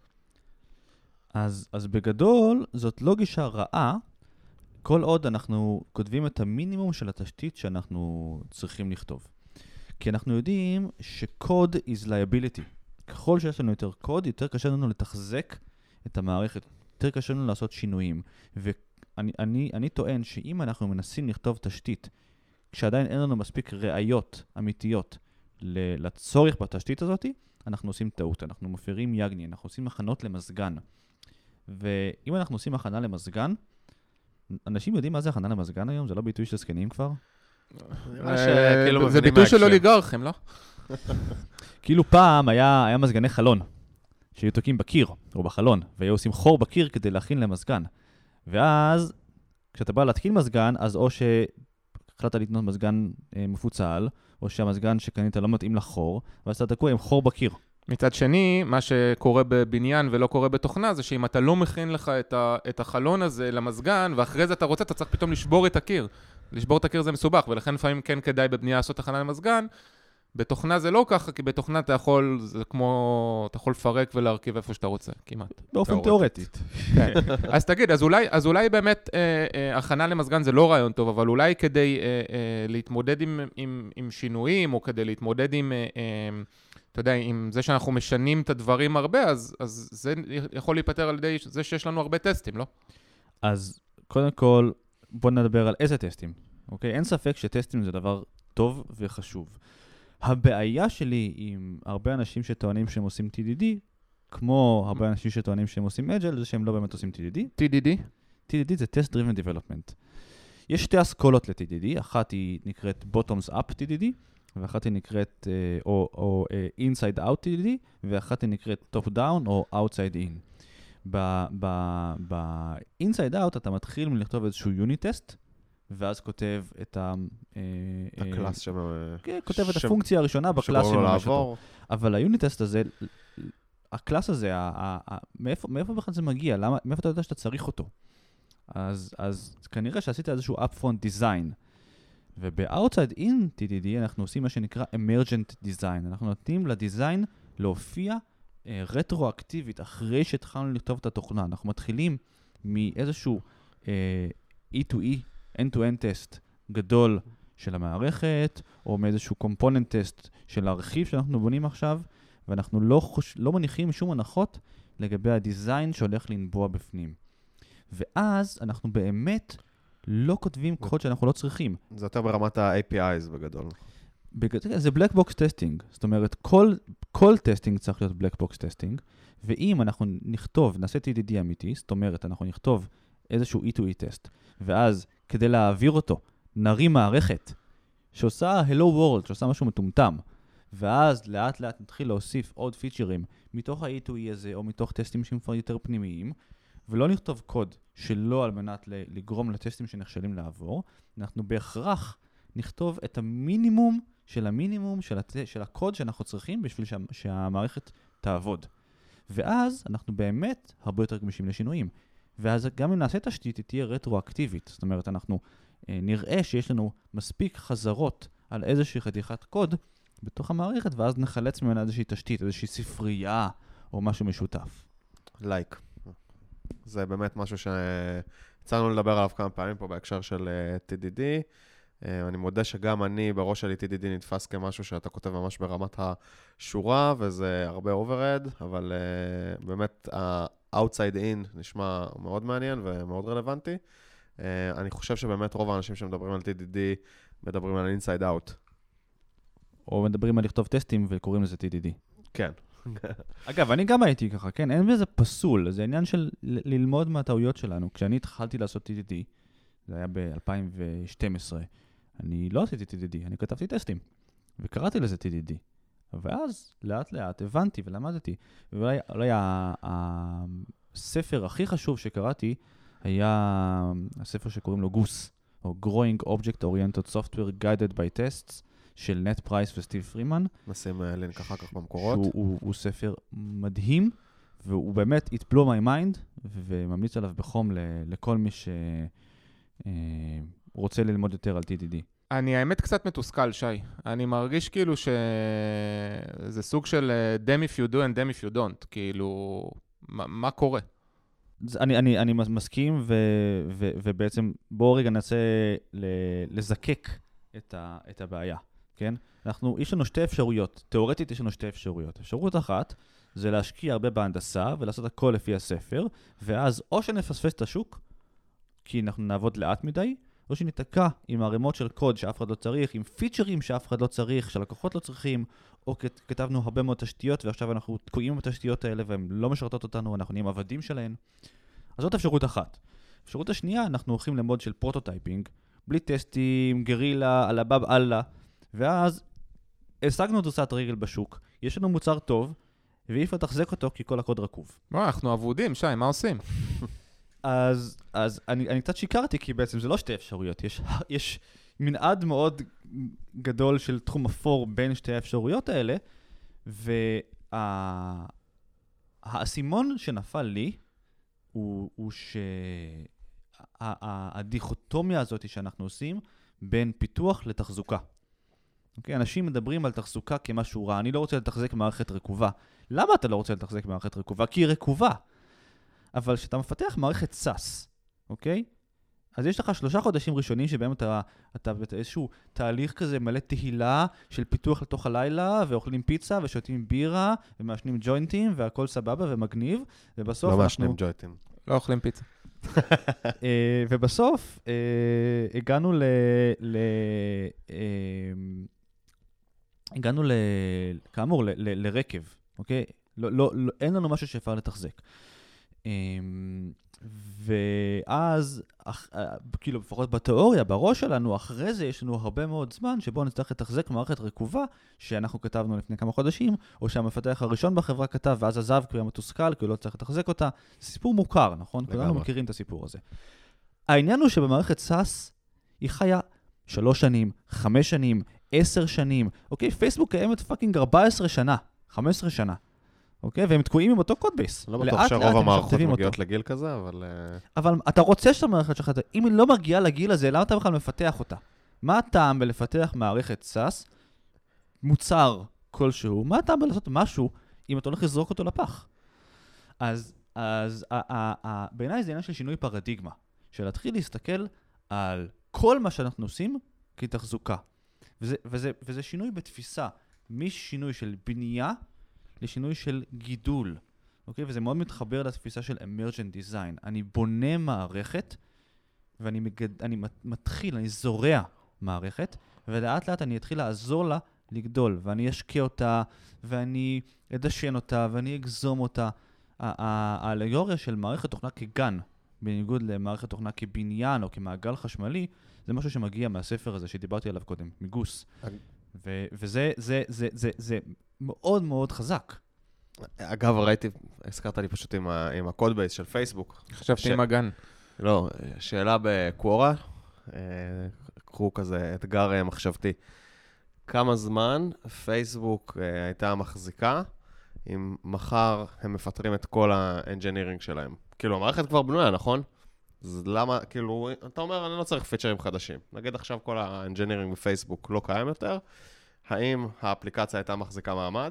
אז, אז בגדול, זאת לא גישה רעה, כל עוד אנחנו כותבים את המינימום של התשתית שאנחנו צריכים לכתוב. כי אנחנו יודעים שקוד is liability. ככל שיש לנו יותר קוד, יותר קשה לנו לתחזק את המערכת, יותר קשה לנו לעשות שינויים. ו אני, אני, אני טוען שאם אנחנו מנסים לכתוב תשתית, כשעדיין אין לנו מספיק ראיות אמיתיות לצורך בתשתית הזאת, אנחנו עושים טעות, אנחנו מפירים יגני, אנחנו עושים הכנות למזגן. ואם אנחנו עושים הכנה למזגן, אנשים יודעים מה זה הכנה למזגן היום? זה לא ביטוי של זקנים כבר? זה ביטוי של אוליגרכים, לא? כאילו פעם היה, היה מזגני חלון, שהיו תוקעים בקיר או בחלון, והיו עושים חור בקיר כדי להכין למזגן. ואז, כשאתה בא להתקין מזגן, אז או שהחלטת לקנות מזגן אה, מפוצל, או שהמזגן שקנית לא מתאים לחור, ואז אתה תקוע עם חור בקיר. מצד שני, מה שקורה בבניין ולא קורה בתוכנה, זה שאם אתה לא מכין לך את, ה, את החלון הזה למזגן, ואחרי זה אתה רוצה, אתה צריך פתאום לשבור את הקיר. לשבור את הקיר זה מסובך, ולכן לפעמים כן כדאי בבנייה לעשות הכנה למזגן. בתוכנה זה לא ככה, כי בתוכנה אתה יכול, זה כמו, אתה יכול לפרק ולהרכיב איפה שאתה רוצה, כמעט. באופן תיאורטית. כן. אז תגיד, אז אולי, אז אולי באמת אה, אה, הכנה למזגן זה לא רעיון טוב, אבל אולי כדי אה, אה, להתמודד עם, עם, עם שינויים, או כדי להתמודד עם, אה, אה, אתה יודע, עם זה שאנחנו משנים את הדברים הרבה, אז, אז זה יכול להיפטר על ידי זה שיש לנו הרבה טסטים, לא? אז קודם כל, בוא נדבר על איזה טסטים, אוקיי? אין ספק שטסטים זה דבר טוב וחשוב. הבעיה שלי עם הרבה אנשים שטוענים שהם עושים טי די די, כמו הרבה אנשים שטוענים שהם עושים אג'ל, זה שהם לא באמת עושים טי די די. טי די די? טי די די זה Test Driven Development. יש שתי אסכולות ל-טי די די, אחת היא נקראת Bottoms Up טי די די, ואחת היא נקראת, או, או Inside Out טי די די, ואחת היא נקראת Top Down או Outside In. ב-Inside Out אתה מתחיל מלכתוב איזשהו Unit Test, ואז כותב את ה... הקלאס שם... כותב את הפונקציה הראשונה בקלאס שממש אותו. אבל היוניט טסט הזה, הקלאס הזה, מאיפה בכלל זה מגיע? מאיפה אתה יודע שאתה צריך אותו? אז כנראה שעשית איזשהו upfront design. וב-outside in טי די די אנחנו עושים מה שנקרא emergent design. אנחנו נותנים לדיזיין להופיע רטרואקטיבית אחרי שהתחלנו לכתוב את התוכנה. אנחנו מתחילים מאיזשהו E to E end-to-end טסט גדול של המערכת, או מאיזשהו component טסט של הרכיב שאנחנו בונים עכשיו, ואנחנו לא, חוש... לא מניחים שום הנחות לגבי הדיזיין שהולך לנבוע בפנים. ואז אנחנו באמת לא כותבים קוד שאנחנו לא צריכים. זה יותר ברמת ה-איי פי איז בגדול. בגדול, זה black box testing. זאת אומרת, כל, כל טסטינג צריך להיות black box testing, ואם אנחנו נכתוב, נעשה טי די די אמיתי, זאת אומרת, אנחנו נכתוב איזשהו אי טו אי טסט, ואז כדי להעביר אותו, נרים מערכת שעושה hello world, שעושה משהו מטומטם, ואז לאט לאט נתחיל להוסיף עוד פיצ'רים מתוך ה-אי טו אי הזה, או מתוך טסטים שהם כבר יותר פנימיים, ולא נכתוב קוד שלא על מנת לגרום לטסטים שנכשלים לעבור, אנחנו בהכרח נכתוב את המינימום של המינימום של, הת... של הקוד שאנחנו צריכים בשביל שה... שהמערכת תעבוד. ואז אנחנו באמת הרבה יותר גמישים לשינויים. ואז גם אם נעשה תשתית, היא תהיה רטרואקטיבית. זאת אומרת, אנחנו אה, נראה שיש לנו מספיק חזרות על איזושהי חתיכת קוד בתוך המערכת, ואז נחלץ ממנה איזושהי תשתית, איזושהי ספרייה או משהו משותף. לייק. זה באמת משהו שהצענו לדבר עליו כמה פעמים פה בהקשר של טי די די. אני מודה שגם אני בראש שלי טי די די נתפס כמשהו שאתה כותב ממש ברמת השורה, וזה הרבה overhead, אבל באמת ה-outside in נשמע מאוד מעניין ומאוד רלוונטי. אני חושב שבאמת רוב האנשים שמדברים על טי די די מדברים על inside out. או מדברים על לכתוב טסטים וקוראים לזה טי די די. כן. אגב, אני גם הייתי ככה, כן? אין בזה פסול, זה עניין של ל- ללמוד מהטעויות שלנו. כשאני התחלתי לעשות טי די די, זה היה ב-אלפיים ושתים עשרה, אני לא עשיתי טי די די, אני כתבתי טסטים, וקראתי לזה טי די די. ואז, לאט לאט, הבנתי ולמדתי. ואולי אולי ה- הספר הכי חשוב שקראתי, היה הספר שקוראים לו גוס, או Growing Object Oriented Software Guided by Tests, של נט פרייס וסטיב פרימן. נשים לינק אחר כך במקורות. שהוא הוא, הוא ספר מדהים, והוא באמת it blew my mind, וממליץ עליו בחום ל, לכל מי שרוצה ללמוד יותר על טי די די. אני האמת קצת מתוסכל, שי. אני מרגיש כאילו שזה סוג של damn if you do and damn if you don't. כאילו, מה, מה קורה? אני, אני, אני מסכים, ו, ו, ובעצם בואו רגע ננסה לזקק את, ה, את הבעיה. כן? אנחנו, יש לנו שתי אפשרויות. תיאורטית יש לנו שתי אפשרויות. אפשרות אחת זה להשקיע הרבה בהנדסה ולעשות הכל לפי הספר, ואז או שנפספס את השוק, כי אנחנו נעבוד לאט מדי, או שניתקע עם הרמות של קוד שאף אחד לא צריך, עם פיצ'רים שאף אחד לא צריך, שלקוחות לא צריכים, או כתבנו הרבה מאוד תשתיות, ועכשיו אנחנו תקועים בתשתיות האלה והן לא משרתות אותנו, אנחנו נהיים עבדים שלהן. אז זאת אפשרות אחת. אפשרות השנייה, אנחנו הולכים למוד של פרוטוטייפינג, בלי טסטים, גרילה, על הבב אללה, ואז השגנו תוצאת רגל בשוק, יש לנו מוצר טוב, ואי אפשר לתחזק אותו כי כל הקוד רקוב. בוא, אנחנו עבודים, שי, מה עושים? אז, אז אני, אני קצת שיקרתי, כי בעצם זה לא שתי אפשרויות. יש, יש מנעד מאוד גדול של תחום אפור בין שתי האפשרויות האלה, והאסימון שנפל לי, הוא, הוא שהדיכוטומיה הזאת שאנחנו עושים, בין פיתוח לתחזוקה. אוקיי? אנשים מדברים על תחזוקה כמשהו רע. אני לא רוצה לתחזק מערכת רקובה. למה אתה לא רוצה לתחזק מערכת רקובה? כי היא רקובה. אבל כשאתה מפתח מערכת סאס, אוקיי? אז יש לך שלושה חודשים ראשונים שבהם אתה, אתה באיזשהו תהליך כזה מלא תהילה של פיתוח לתוך הלילה, ואוכלים פיצה ושותים בירה, ומעשנים ג'וינטים, והכל סבבה ומגניב, ובסוף לא מעשנים ג'וינטים. לא אוכלים פיצה. ובסוף הגענו ל... הגענו ל... כאמור, לרכב, אוקיי? לא, לא, לא, אין לנו משהו שאפשר לתחזק. ואז, כאילו, לפחות בתיאוריה, בראש שלנו, אחרי זה יש לנו הרבה מאוד זמן שבו נצטרך לתחזק מערכת רקובה שאנחנו כתבנו לפני כמה חודשים, או שהמפתח הראשון בחברה כתב, ואז עזב כי הוא מתוסכל, כי הוא לא צריך לתחזק אותה. זה סיפור מוכר, נכון? כולנו מכירים את הסיפור הזה. העניין הוא שבמערכת סאס היא חיה שלוש שנים, חמש שנים, עשר שנים. אוקיי, פייסבוק קיימת פאקינג ארבע עשרה שנה, חמש עשרה שנה. אוקיי? והם תקועים עם אותו קוד בייס. לא בטוח שרוב המערכות מגיעות לגיל כזה, אבל... אבל אתה רוצה שהמערכת שלך, אם היא לא מגיעה לגיל הזה, למה אתה בכלל מפתח אותה? מה הטעם בלפתח מערכת סאס, מוצר כלשהו, מה הטעם בלעשות משהו אם אתה הולך לזרוק אותו לפח? אז, אז בעיניי זה עניין של שינוי פרדיגמה, של להתחיל להסתכל על כל מה שאנחנו עושים כתחזוקה. וזה, וזה, וזה שינוי בתפיסה, משינוי של בנייה לשינוי של גידול. אוקיי? וזה מאוד מתחבר לתפיסה של emergent design. אני בונה מערכת, ואני מגד... אני מתחיל, אני זורע מערכת, ולאט לאט אני אתחיל לעזור לה לגדול, ואני אשקה אותה, ואני אדשן אותה, ואני אגזום אותה. האלגוריה של מערכת תוכנה כגן, בניגוד למערכת תוכנה כבניין או כמעגל חשמלי, זה משהו שמגיע מהספר הזה שדיברתי עליו קודם, מגוס. ו- וזה זה, זה, זה, זה מאוד מאוד חזק. אגב, ראיתי, הזכרת לי פשוט עם, ה- עם הקוד בייס של פייסבוק. חשבתי ש- עם הגן. לא, שאלה בקוורה, קחו כזה אתגר מחשבתי. כמה זמן פייסבוק הייתה מחזיקה אם מחר הם מפטרים את כל האנג'ינירינג שלהם? כאילו, המערכת כבר בנויה, נכון? אז למה, כאילו, אתה אומר, אני לא צריך פיצ'רים חדשים. נגיד עכשיו כל האנג'ינירינג בפייסבוק לא קיים יותר, האם האפליקציה הייתה מחזיקה מעמד?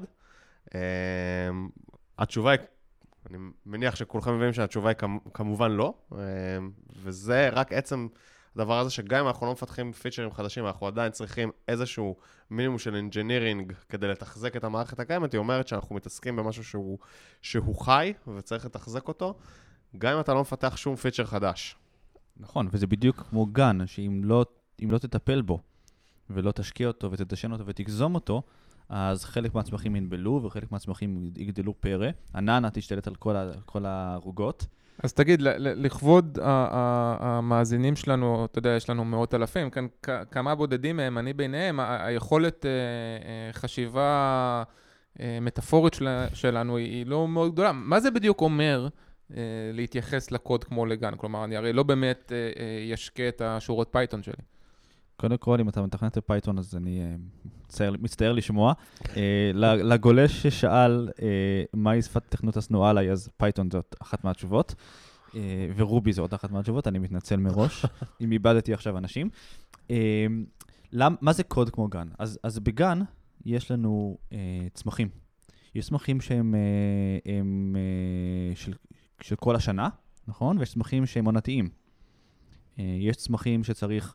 התשובה היא, אני מניח שכולכם מבינים שהתשובה היא כמובן לא, וזה רק עצם הדבר הזה שגם אם אנחנו לא מפתחים פיצ'רים חדשים, אנחנו עדיין צריכים איזשהו מינימום של אנג'ינירינג כדי לתחזק את המערכת הקיימת, היא אומרת שאנחנו מתעסקים במשהו שהוא, שהוא חי וצריך לתחזק אותו, גם אם אתה לא מפתח שום פיצ'ר חדש. נכון, וזה בדיוק כמו גן, שאם לא, אם לא תטפל בו, ולא תשקיע אותו ותדשן אותו ותגזום אותו, אז חלק מהצמחים ינבלו וחלק מהצמחים יגדלו פרא. הננה תשתלט על כל, ה, כל הערוגות. אז תגיד, לכבוד המאזינים שלנו, אתה יודע, יש לנו מאות אלפים, כאן כמה בודדים מהם, אני ביניהם, היכולת חשיבה מטאפורית שלנו היא לא מאוד גדולה. מה זה בדיוק אומר להתייחס לקוד כמו לגן? כלומר, אני הרי לא באמת ישקה את השורות פייתון שלי. קודם כל, אם אתה מתכנת בפייתון, אז אני מצטער לשמוע. לגולש ששאל מהי שפת תכנות השנואה עליי, אז פייתון זאת אחת מהתשובות, ורובי זאת אחת מהתשובות, אני מתנצל מראש, אם איבדתי עכשיו אנשים. מה זה קוד כמו גן? אז בגן יש לנו צמחים. יש צמחים שהם של כל השנה, נכון? ויש צמחים שהם עונתיים. יש צמחים שצריך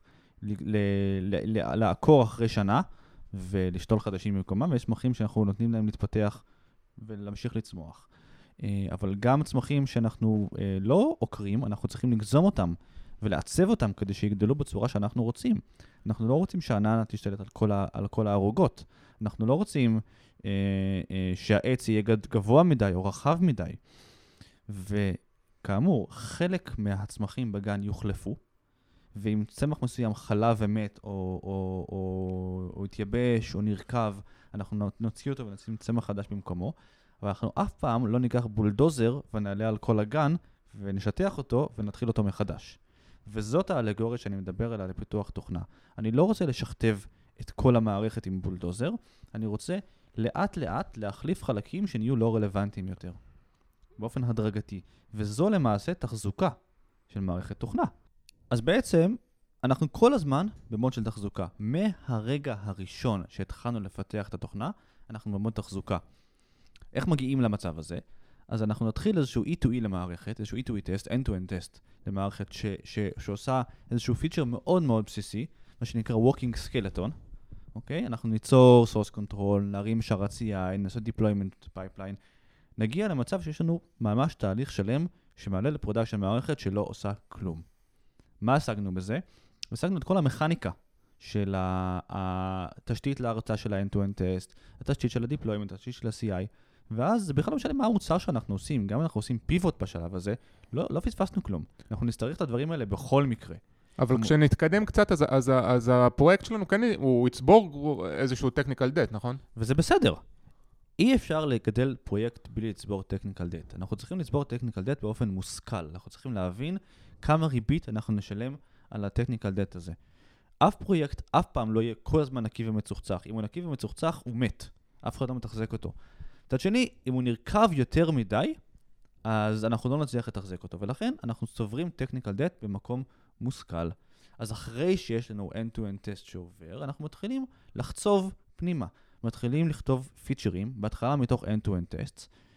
לעקור אחרי שנה ולשתול חדשים במקומם, ויש צמחים שאנחנו נותנים להם להתפתח ולהמשיך לצמוח. אבל גם צמחים שאנחנו לא עוקרים, אנחנו צריכים לגזום אותם ולעצב אותם כדי שיגדלו בצורה שאנחנו רוצים. אנחנו לא רוצים שהעננה תשתלט על כל, על כל הערוגות. אנחנו לא רוצים שהעץ יהיה גבוה מדי או רחב מדי. וכאמור, חלק מהצמחים בגן יוחלפו, ואם צמח מסוים חלה ומת, או, או, או, או התייבש, או נרכב, אנחנו נוציא אותו ונשים צמח חדש במקומו, אבל אנחנו אף פעם לא ניקח בולדוזר ונעלה על כל הגן, ונשטח אותו ונתחיל אותו מחדש. וזאת האלגוריה שאני מדבר עליה לפיתוח תוכנה. אני לא רוצה לשכתב את כל המערכת עם בולדוזר, אני רוצה לאט לאט להחליף חלקים שנהיו לא רלוונטיים יותר. באופן הדרגתי. וזו למעשה תחזוקה של מערכת תוכנה. אז בעצם, אנחנו כל הזמן במוד של תחזוקה. מהרגע הראשון שהתחלנו לפתח את התוכנה, אנחנו במוד תחזוקה. איך מגיעים למצב הזה? אז אנחנו נתחיל איזשהו אי טו אי למערכת, איזשהו אי טו אי טסט, end-to-end טסט למערכת ש- ש- שעושה איזשהו פיצ'ר מאוד מאוד בסיסי, מה שנקרא Walking Skeleton. אוקיי? אנחנו ניצור source control, נרים שרת סי איי, נעשה deployment pipeline. נגיע למצב שיש לנו ממש תהליך שלם שמעלה לפרודקשן מערכת שלא עושה כלום. מה השגנו בזה? השגנו את כל המכניקה של התשתית להרצאה של ה-end-to-end test, התשתית של ה-deployment, התשתית של ה-סי איי, ואז זה בכלל לא משנה מה המוצר שאנחנו עושים, גם אם אנחנו עושים פיבוט בשלב הזה, לא, לא פספסנו כלום. אנחנו נסתריך את הדברים האלה בכל מקרה. אבל כמו... כשנתקדם קצת, אז, אז, אז הפרויקט שלנו, כן, הוא יצבור איזשהו technical debt, נכון? וזה בסדר. אי אפשר לגדל פרויקט בלי לצבור technical debt. אנחנו צריכים לצבור technical debt באופן מושכל. אנחנו צריכים להבין כמה ריבית אנחנו נשלם על ה-technical debt הזה. אף פרויקט אף פעם לא יהיה כל הזמן נקי ומצוחצח. אם הוא נקי ומצוחצח, הוא מת. אף אחד לא מתחזק אותו. מצד שני, אם הוא נרכב יותר מדי, אז אנחנו לא נצליח לתחזק אותו. ולכן אנחנו צוברים technical debt במקום מושכל. אז אחרי שיש לנו end-to-end test שעובר, אנחנו מתחילים לחצוב פנימה. מתחילים לכתוב פיצ'רים, בהתחלה מתוך end-to-end tests,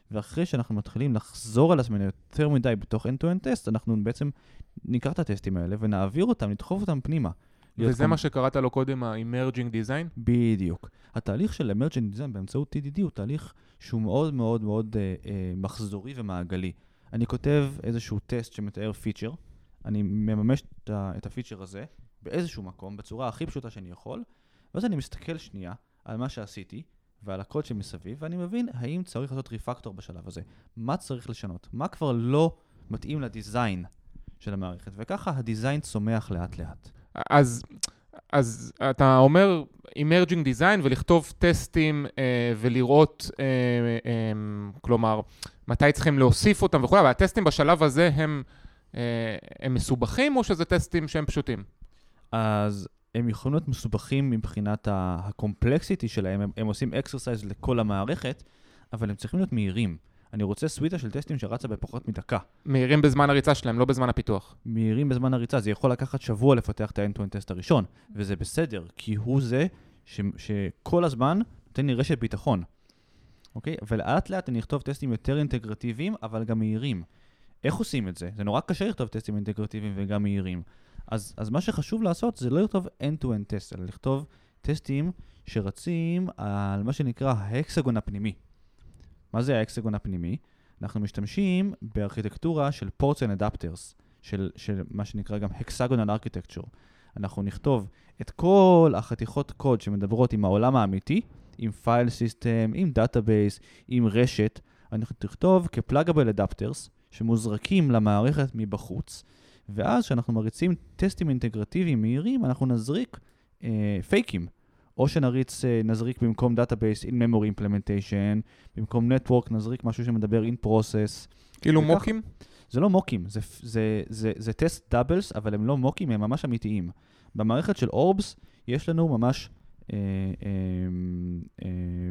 ואחרי שאנחנו מתחילים לחזור על עצמנו יותר מדי בתוך end-to-end test, אנחנו בעצם ניקח את הטסטים האלה ונעביר אותם, נדחוף אותם פנימה. וזה מה שקראת לו קודם, ה-Emerging Design? בדיוק. התהליך של Emerging Design באמצעות טי די די הוא תהליך שהוא מאוד מאוד מאוד אה, אה, מחזורי ומעגלי. אני כותב איזשהו טסט שמתאר פיצ'ר, אני מממש את, את הפיצ'ר הזה באיזשהו מקום, בצורה הכי פשוטה שאני יכול, ואז אני מסתכל שנייה על מה שעשיתי ועל הקוד שמסביב, ואני מבין האם צריך לעשות ריפקטור בשלב הזה. מה צריך לשנות? מה כבר לא מתאים לדיזיין של המערכת? וככה הדיזיין צומח לאט לאט. אז, אז אתה אומר Emerging Design ולכתוב טסטים אה, ולראות, אה, אה, כלומר, מתי צריכים להוסיף אותם וכו', אבל הטסטים בשלב הזה הם, אה, הם מסובכים או שזה טסטים שהם פשוטים? אז הם יכולים להיות מסובכים מבחינת הקומפלקסיטי שלהם, הם, הם עושים אקסרסייז לכל המערכת, אבל הם צריכים להיות מהירים. אני רוצה סוויטה של טסטים שרצה בפחות מדקה. מהירים בזמן הריצה שלהם, לא בזמן הפיתוח. מהירים בזמן הריצה, זה יכול לקחת שבוע לפתח את ה-end-to-end טסט הראשון, וזה בסדר, כי הוא זה ש- שכל הזמן נותן לי רשת ביטחון. אוקיי? ולאט לאט אני אכתוב טסטים יותר אינטגרטיביים, אבל גם מהירים. איך עושים את זה? זה נורא קשה לכתוב טסטים אינטגרטיביים וגם מהירים. אז, אז מה שחשוב לעשות זה לא לכתוב end-to-end טסט, אלא לכתוב טסטים שרצים על מה שנקרא ההקסגון הפנימי. מה זה ההקסגון הפנימי? אנחנו משתמשים בארכיטקטורה של ports and adapters, של, של מה שנקרא גם hexagonal architecture. אנחנו נכתוב את כל החתיכות קוד שמדברות עם העולם האמיתי, עם file system, עם database, עם רשת, אנחנו נכתוב כ-pluggable adapters שמוזרקים למערכת מבחוץ, ואז כשאנחנו מריצים טסטים אינטגרטיביים מהירים, אנחנו נזריק אה, פייקים. או שנריץ, אה, נזריק במקום Database in-memory implementation, במקום Network נזריק משהו שמדבר in-process. כאילו וכך, מוקים? זה לא מוקים, זה, זה, זה, זה טסט דאבלס, אבל הם לא מוקים, הם ממש אמיתיים. במערכת של אורבס יש לנו ממש, אה, אה, אה,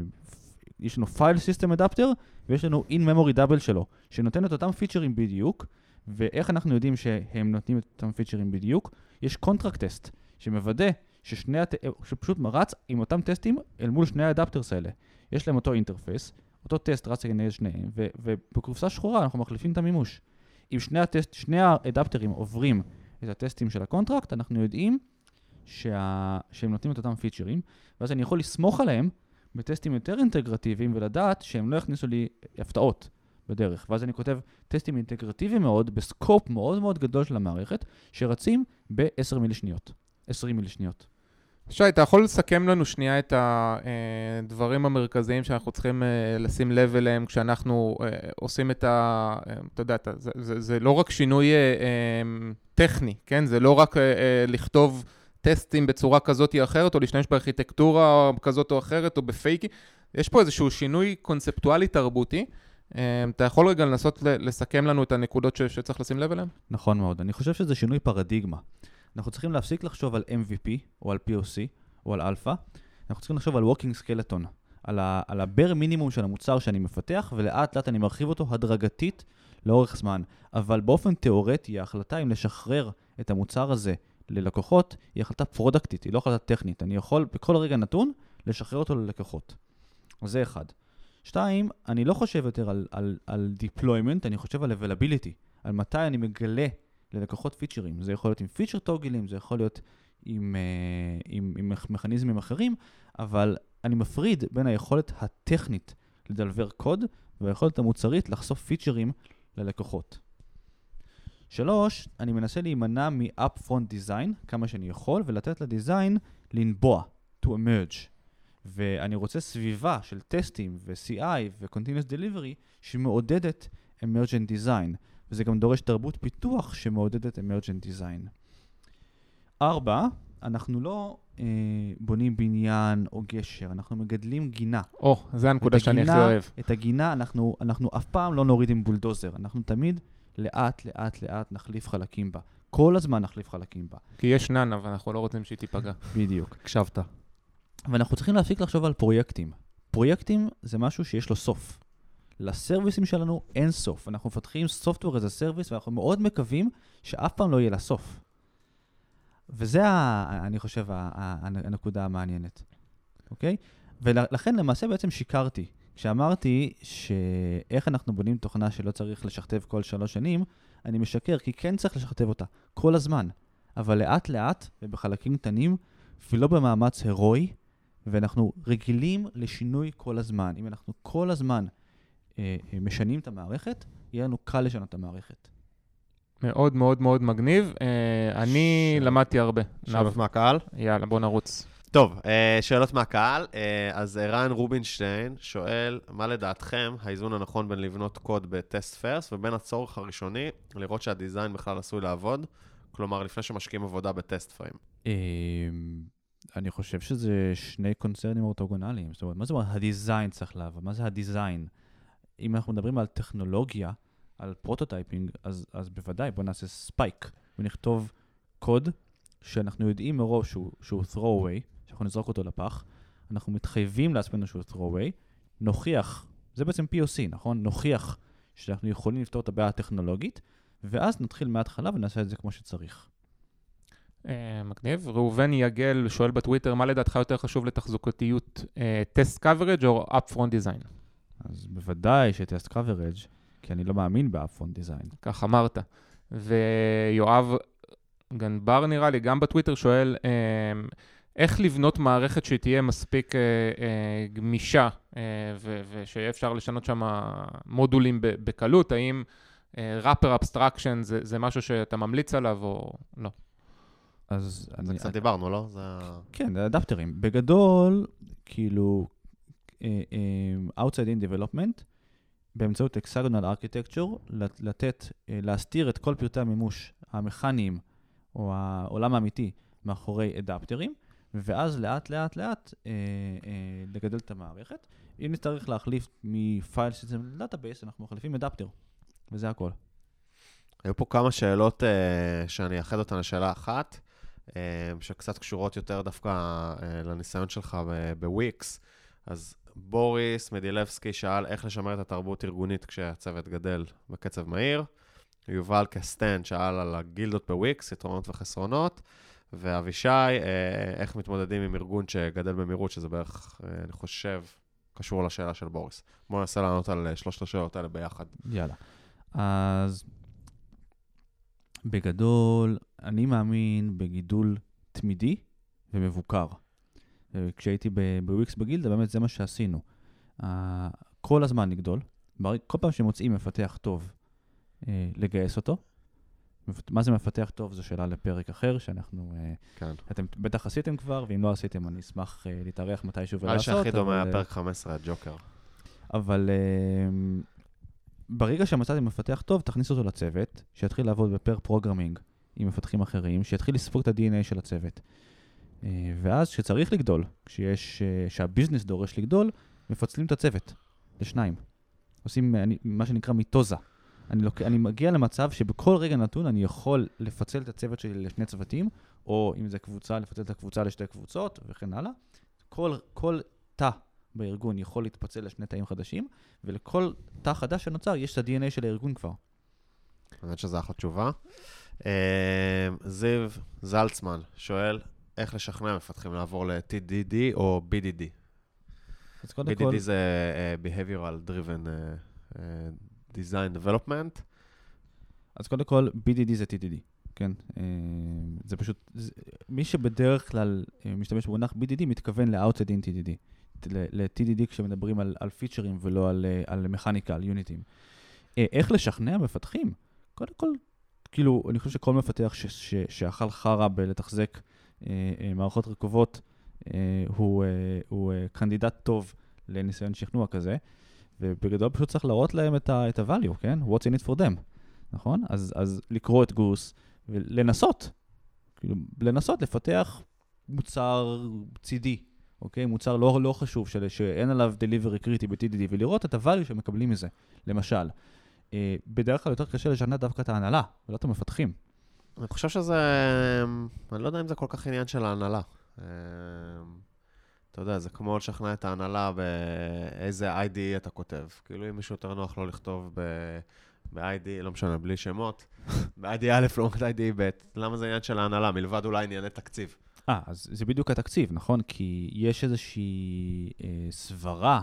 יש לנו file system adapter, ויש לנו in-memory double שלו, שנותן את אותם פיצ'רים בדיוק, ואיך אנחנו יודעים שהם נותנים את אותם פיצ'רים בדיוק? יש contract test שמוודא ששני הת... שפשוט מרץ עם אותם טסטים אל מול שני האדפטרס האלה. יש להם אותו אינטרפייס, אותו טסט רץ כנגד שניהם, ו... ובקופסה שחורה אנחנו מחליפים את המימוש. אם שני, הטסט... שני האדפטרים עוברים את הטסטים של הקונטרקט, אנחנו יודעים שה... שהם נותנים את אותם פיצ'רים, ואז אני יכול לסמוך עליהם בטסטים יותר אינטגרטיביים ולדעת שהם לא יכניסו לי הפתעות בדרך. ואז אני כותב טסטים אינטגרטיביים מאוד, בסקופ מאוד מאוד גדול של המערכת, שרצים ב-עשר מילי שניות. עשרים מילי שניות. שי, אתה יכול לסכם לנו שנייה את הדברים המרכזיים שאנחנו צריכים לשים לב אליהם כשאנחנו עושים את ה... אתה יודע, זה, זה, זה לא רק שינוי טכני, כן? זה לא רק לכתוב טסטים בצורה כזאת או אחרת, או להשתמש בארכיטקטורה כזאת או אחרת, או בפייקי. יש פה איזשהו שינוי קונספטואלי תרבותי. אתה יכול רגע לנסות לסכם לנו את הנקודות שצריך לשים לב אליהם? נכון מאוד. אני חושב שזה שינוי פרדיגמה. אנחנו צריכים להפסיק לחשוב על אם וי פי, או על פי או סי, או על אלפא. אנחנו צריכים לחשוב על walking skeleton, על, ה- על הבר מינימום של המוצר שאני מפתח, ולאט לאט אני מרחיב אותו הדרגתית לאורך זמן. אבל באופן תיאורטי, ההחלטה אם לשחרר את המוצר הזה ללקוחות, היא החלטה פרודקטית, היא לא החלטה טכנית. אני יכול בכל רגע נתון לשחרר אותו ללקוחות. זה אחד. שתיים, אני לא חושב יותר על, על, על deployment, אני חושב על availability, על מתי אני מגלה ללקוחות פיצ'רים. זה יכול להיות עם פיצ'ר טוגלים, זה יכול להיות עם, עם, עם מכניזמים אחרים, אבל אני מפריד בין היכולת הטכנית לדלבר קוד, והיכולת המוצרית לחשוף פיצ'רים ללקוחות. שלוש, אני מנסה להימנע מ-upfront design כמה שאני יכול, ולתת לדיזיין לנבוע, to emerge. ואני רוצה סביבה של טסטים ו-סי איי ו-continuous delivery שמעודדת emergent design. וזה גם דורש תרבות פיתוח שמעודדת emergent design. ארבע, אנחנו לא אה, בונים בניין או גשר, אנחנו מגדלים גינה. או, oh, זה הנקודה שאני הכי אוהב. את הגינה אנחנו, אנחנו אף פעם לא נוריד עם בולדוזר, אנחנו תמיד לאט לאט לאט נחליף חלקים בה. כל הזמן נחליף חלקים בה. כי יש נן, אבל אנחנו לא רוצים שהיא תיפגע. בדיוק. הקשבת. ואנחנו צריכים להפסיק לחשוב על פרויקטים. פרויקטים זה משהו שיש לו סוף. לסרוויסים שלנו אין סוף. אנחנו מפתחים software as a service, ואנחנו מאוד מקווים שאף פעם לא יהיה לסוף. וזה, ה, אני חושב, ה, ה, הנקודה המעניינת. אוקיי? ולכן למעשה בעצם שיקרתי. כשאמרתי שאיך אנחנו בונים תוכנה שלא צריך לשכתב כל שלוש שנים, אני משקר, כי כן צריך לשכתב אותה כל הזמן, אבל לאט לאט ובחלקים קטנים, ולא במאמץ הרואי, ואנחנו רגילים לשינוי כל הזמן. אם אנחנו כל הזמן אה, משנים את המערכת, יהיה לנו קל לשנות את המערכת. מאוד מאוד מאוד מגניב. אה, אני ש... למדתי הרבה. שאלות מהקהל? יאללה, בוא נרוץ. טוב, אה, שאלות מהקהל. אה, אז ריין רובינשטיין שואל, מה לדעתכם האיזון הנכון בין לבנות קוד בטסט פרסט, ובין הצורך הראשוני לראות שהדיזיין בכלל עשוי לעבוד, כלומר, לפני שמשקיעים עבודה בטסט פריים? אה... אני חושב שזה שני קונצרנים אורתוגונליים. זאת אומרת, מה זה אומר הדיזיין צריך לעבוד? מה זה הדיזיין? אם אנחנו מדברים על טכנולוגיה, על פרוטוטייפינג, אז, אז בוודאי בוא נעשה ספייק ונכתוב קוד שאנחנו יודעים מראש שהוא, שהוא throwaway, שאנחנו נזרוק אותו לפח, אנחנו מתחייבים לעצמנו שהוא throwaway, נוכיח, זה בעצם פי או סי, נכון? נוכיח שאנחנו יכולים לפתור את הבעיה הטכנולוגית, ואז נתחיל מההתחלה ונעשה את זה כמו שצריך. מגניב. ראובן יגל שואל בטוויטר, מה לדעתך יותר חשוב לתחזוקתיות, טסט קאברג' או אפ-פרונט דיזיין? אז בוודאי שטסט קאברג', כי אני לא מאמין באפ-פרונט דיזיין. כך אמרת. ויואב גנבר נראה לי, גם בטוויטר שואל, איך לבנות מערכת שתהיה מספיק גמישה, ושיהיה לשנות שם מודולים בקלות, האם ראפר אבסטרקשן זה משהו שאתה ממליץ עליו או לא? אז זה אני, קצת אני, דיברנו, לא? זה... כן, זה אדפטרים. בגדול, כאילו, uh, um, outside in development, באמצעות hexagonal architecture, לתת, uh, להסתיר את כל פרטי המימוש המכניים, או העולם האמיתי, מאחורי אדפטרים, ואז לאט לאט לאט uh, uh, לגדל את המערכת. אם נצטרך להחליף מפייל סיסטם לדאטאבייס, אנחנו מחליפים אדפטר, וזה הכל. היו פה כמה שאלות uh, שאני אאחד אותן לשאלה אחת, uh, שקצת קשורות יותר דווקא uh, לניסיון שלך בוויקס. אז בוריס מדילבסקי שאל איך לשמר את התרבות ארגונית כשהצוות גדל בקצב מהיר. יובל קסטן שאל על הגילדות בוויקס, יתרונות וחסרונות. ואבישי, uh, איך מתמודדים עם ארגון שגדל במהירות, שזה בערך, uh, אני חושב, קשור לשאלה של בוריס. בואו ננסה לענות על uh, שלושת השאלות האלה ביחד. יאללה. אז... בגדול, אני מאמין בגידול תמידי ומבוקר. כשהייתי בוויקס בגילדה, באמת זה מה שעשינו. כל הזמן נגדול. כל פעם שמוצאים מפתח טוב, לגייס אותו. מה זה מפתח טוב? זו שאלה לפרק אחר, שאנחנו... כן. אתם בטח עשיתם כבר, ואם לא עשיתם, אני אשמח להתארח מתישהו ולעשות. מה שהכי דומה היה פרק חמש עשרה, הג'וקר. אבל... ברגע שהמצאתי מפתח טוב, תכניס אותו לצוות, שיתחיל לעבוד בפר פרוגרמינג עם מפתחים אחרים, שיתחיל לספוג את ה-די אן איי של הצוות. ואז כשצריך לגדול, כשיש, שהביזנס דורש לגדול, מפצלים את הצוות לשניים. עושים מה שנקרא מיטוזה. אני, לוק... אני מגיע למצב שבכל רגע נתון אני יכול לפצל את הצוות שלי לשני צוותים, או אם זה קבוצה, לפצל את הקבוצה לשתי קבוצות וכן הלאה. כל, כל תא בארגון יכול להתפצל לשני תאים חדשים, ולכל תא חדש שנוצר יש את ה-די אן איי של הארגון כבר. אני חושב שזו אחלה תשובה. זיו זלצמן שואל, איך לשכנע מפתחים לעבור ל-טי די די או בי די די? בי די די זה Behavioral Driven Design Development. אז קודם כל, בי די די זה טי די די, כן? זה פשוט, מי שבדרך כלל משתמש במונח בי די די מתכוון ל-Outside in טי די די. ל-טי די די כשמדברים על, על פיצ'רים ולא על, על מכניקל, יוניטים. איך לשכנע מפתחים? קודם כל, כאילו, אני חושב שכל מפתח ש, ש, שאכל חרה בלתחזק אה, אה, מערכות רכובות, אה, הוא, אה, הוא אה, קנדידט טוב לניסיון שכנוע כזה, ובגדול פשוט צריך להראות להם את ה, את ה-value, כן? What's in it for them, נכון? אז, אז לקרוא את גוס ולנסות, כאילו, לנסות לפתח מוצר צידי, אוקיי? מוצר לא, לא חשוב, של, שאין עליו delivery קריטי ב-טי די די, ולראות את ה-value שמקבלים מזה, למשל. אה, בדרך כלל יותר קשה לשנה דווקא את ההנהלה, ולא את המפתחים. אני חושב שזה, אני לא יודע אם זה כל כך עניין של ההנהלה. אה, אתה יודע, זה כמו לשכנע את ההנהלה באיזה איי די אתה כותב. כאילו אם מישהו יותר נוח לא לכתוב ב-איי די, לא משנה, בלי שמות, ב-איי די א' לעומת איי די ב', למה זה עניין של ההנהלה? מלבד אולי ענייני תקציב. אה, אז זה בדיוק התקציב, נכון? כי יש איזושהי אה, סברה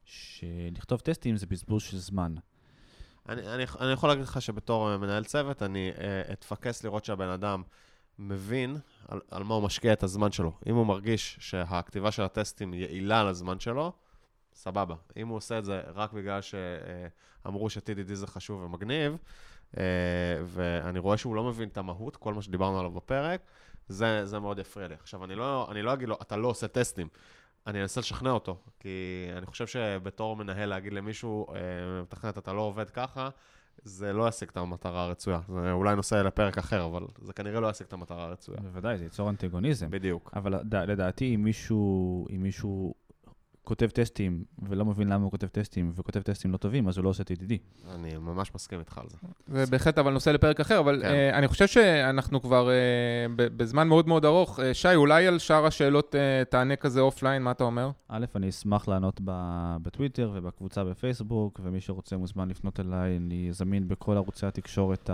שלכתוב טסטים זה בזבוז של זמן. אני, אני, אני יכול להגיד לך שבתור מנהל צוות, אני uh, אתפקס לראות שהבן אדם מבין על, על מה הוא משקיע את הזמן שלו. אם הוא מרגיש שהכתיבה של הטסטים יעילה על הזמן שלו, סבבה. אם הוא עושה את זה רק בגלל שאמרו ש-טי די די זה חשוב ומגניב, uh, ואני רואה שהוא לא מבין את המהות, כל מה שדיברנו עליו בפרק, זה, זה מאוד יפריע לי. עכשיו, אני לא, אני לא אגיד לו, אתה לא עושה טסטים. אני אנסה לשכנע אותו, כי אני חושב שבתור מנהל להגיד למישהו, מתכנת, אתה לא עובד ככה, זה לא ישיג את המטרה הרצויה. זה אולי נושא לפרק אחר, אבל זה כנראה לא ישיג את המטרה הרצויה. בוודאי, זה ייצור אנטגוניזם. בדיוק. אבל לדעתי, אם מישהו, אם מישהו כותב טסטים ולא מבין למה הוא כותב טסטים, וכותב טסטים לא טובים, אז הוא לא עושה טי די די. אני ממש מסכים איתך על זה. זה בהחלט אבל נושא לפרק אחר, אבל כן. uh, אני חושב שאנחנו כבר uh, בזמן מאוד מאוד ארוך. Uh, שי, אולי על שאר השאלות uh, תענה כזה אופליין, מה אתה אומר? א', אני אשמח לענות בטוויטר ובקבוצה בפייסבוק, ומי שרוצה מוזמן לפנות אליי, אני זמין בכל ערוצי התקשורת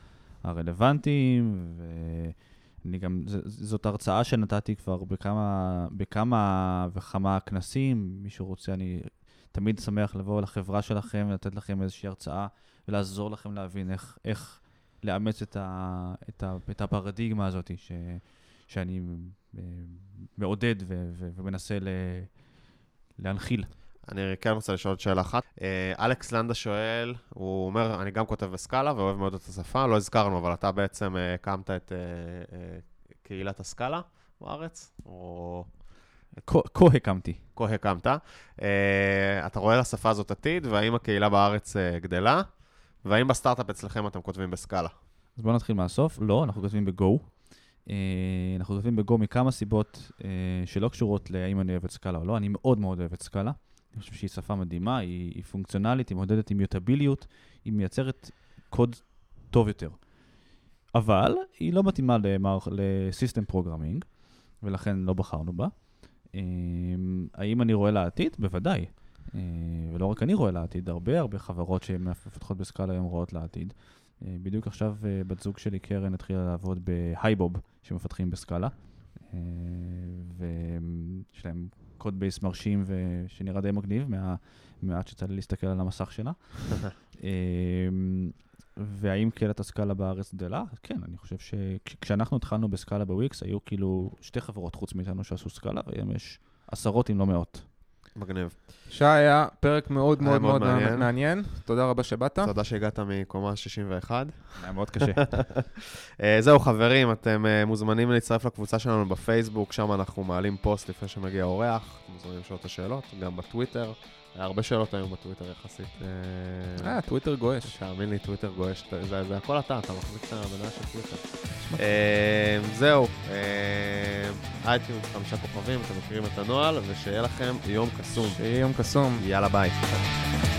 הרלוונטיים, ו... אני גם, זאת הרצאה שנתתי כבר בכמה, בכמה וכמה כנסים. מישהו רוצה, אני תמיד שמח לבוא לחברה שלכם ולתת לכם איזושהי הרצאה ולעזור לכם להבין איך, איך לאמץ את, ה, את, ה, את הפרדיגמה הזאת ש, שאני מעודד ו, ו, ומנסה ל, להנחיל. אני כן רוצה לשאול את שאלה אחת. אלכס לנדה שואל, הוא אומר, אני גם כותב בסקאלה ואוהב מאוד את השפה, לא הזכרנו, אבל אתה בעצם הקמת את קהילת הסקאלה בארץ, או... כה הקמתי. כה הקמת. אתה רואה לשפה הזאת עתיד, והאם הקהילה בארץ גדלה, והאם בסטארט-אפ אצלכם אתם כותבים בסקאלה? אז בואו נתחיל מהסוף. לא, אנחנו כותבים בגו. אנחנו כותבים בגו מכמה סיבות שלא קשורות להאם אני אוהב את סקאלה או לא. אני מאוד מאוד אוהב את סקאלה. אני חושב שהיא שפה מדהימה, היא, היא פונקציונלית, היא מעודדת עם מיוטביליות, היא מייצרת קוד טוב יותר. אבל היא לא מתאימה לסיסטם פרוגרמינג, ולכן לא בחרנו בה. האם אני רואה לעתיד? בוודאי. ולא רק אני רואה לעתיד, הרבה הרבה חברות שמפתחות בסקאלה היום רואות לעתיד. בדיוק עכשיו בת זוג שלי קרן התחילה לעבוד בהייבוב שמפתחים בסקאלה, ויש להם קוד בייס מרשים ושנראה די מגניב מהמעט שצא לי להסתכל על המסך שלה. והאם קהילת הסקאלה בארץ גדלה? כן, אני חושב שכשאנחנו התחלנו בסקאלה בוויקס, היו כאילו שתי חברות חוץ מאיתנו שעשו סקאלה, והיום יש עשרות אם לא מאות. מגניב. שי, היה פרק מאוד מאוד מאוד מעניין. תודה רבה שבאת. תודה שהגעת מקומה שישים ואחת. היה מאוד קשה. זהו חברים, אתם מוזמנים להצטרף לקבוצה שלנו בפייסבוק, שם אנחנו מעלים פוסט לפני שמגיע אורח, אתם מוזמנים לשאול את השאלות, גם בטוויטר. היה הרבה שאלות היום בטוויטר יחסית. אה, טוויטר גואש. תאמין לי, טוויטר גואש. זה הכל אתה, אתה מחזיק את המניה של טוויטר. זהו. אייטיונס חמישה כוכבים, אתם מכירים את הנוהל, ושיהיה לכם יום קסום. שיהיה יום קסום. יאללה ביי.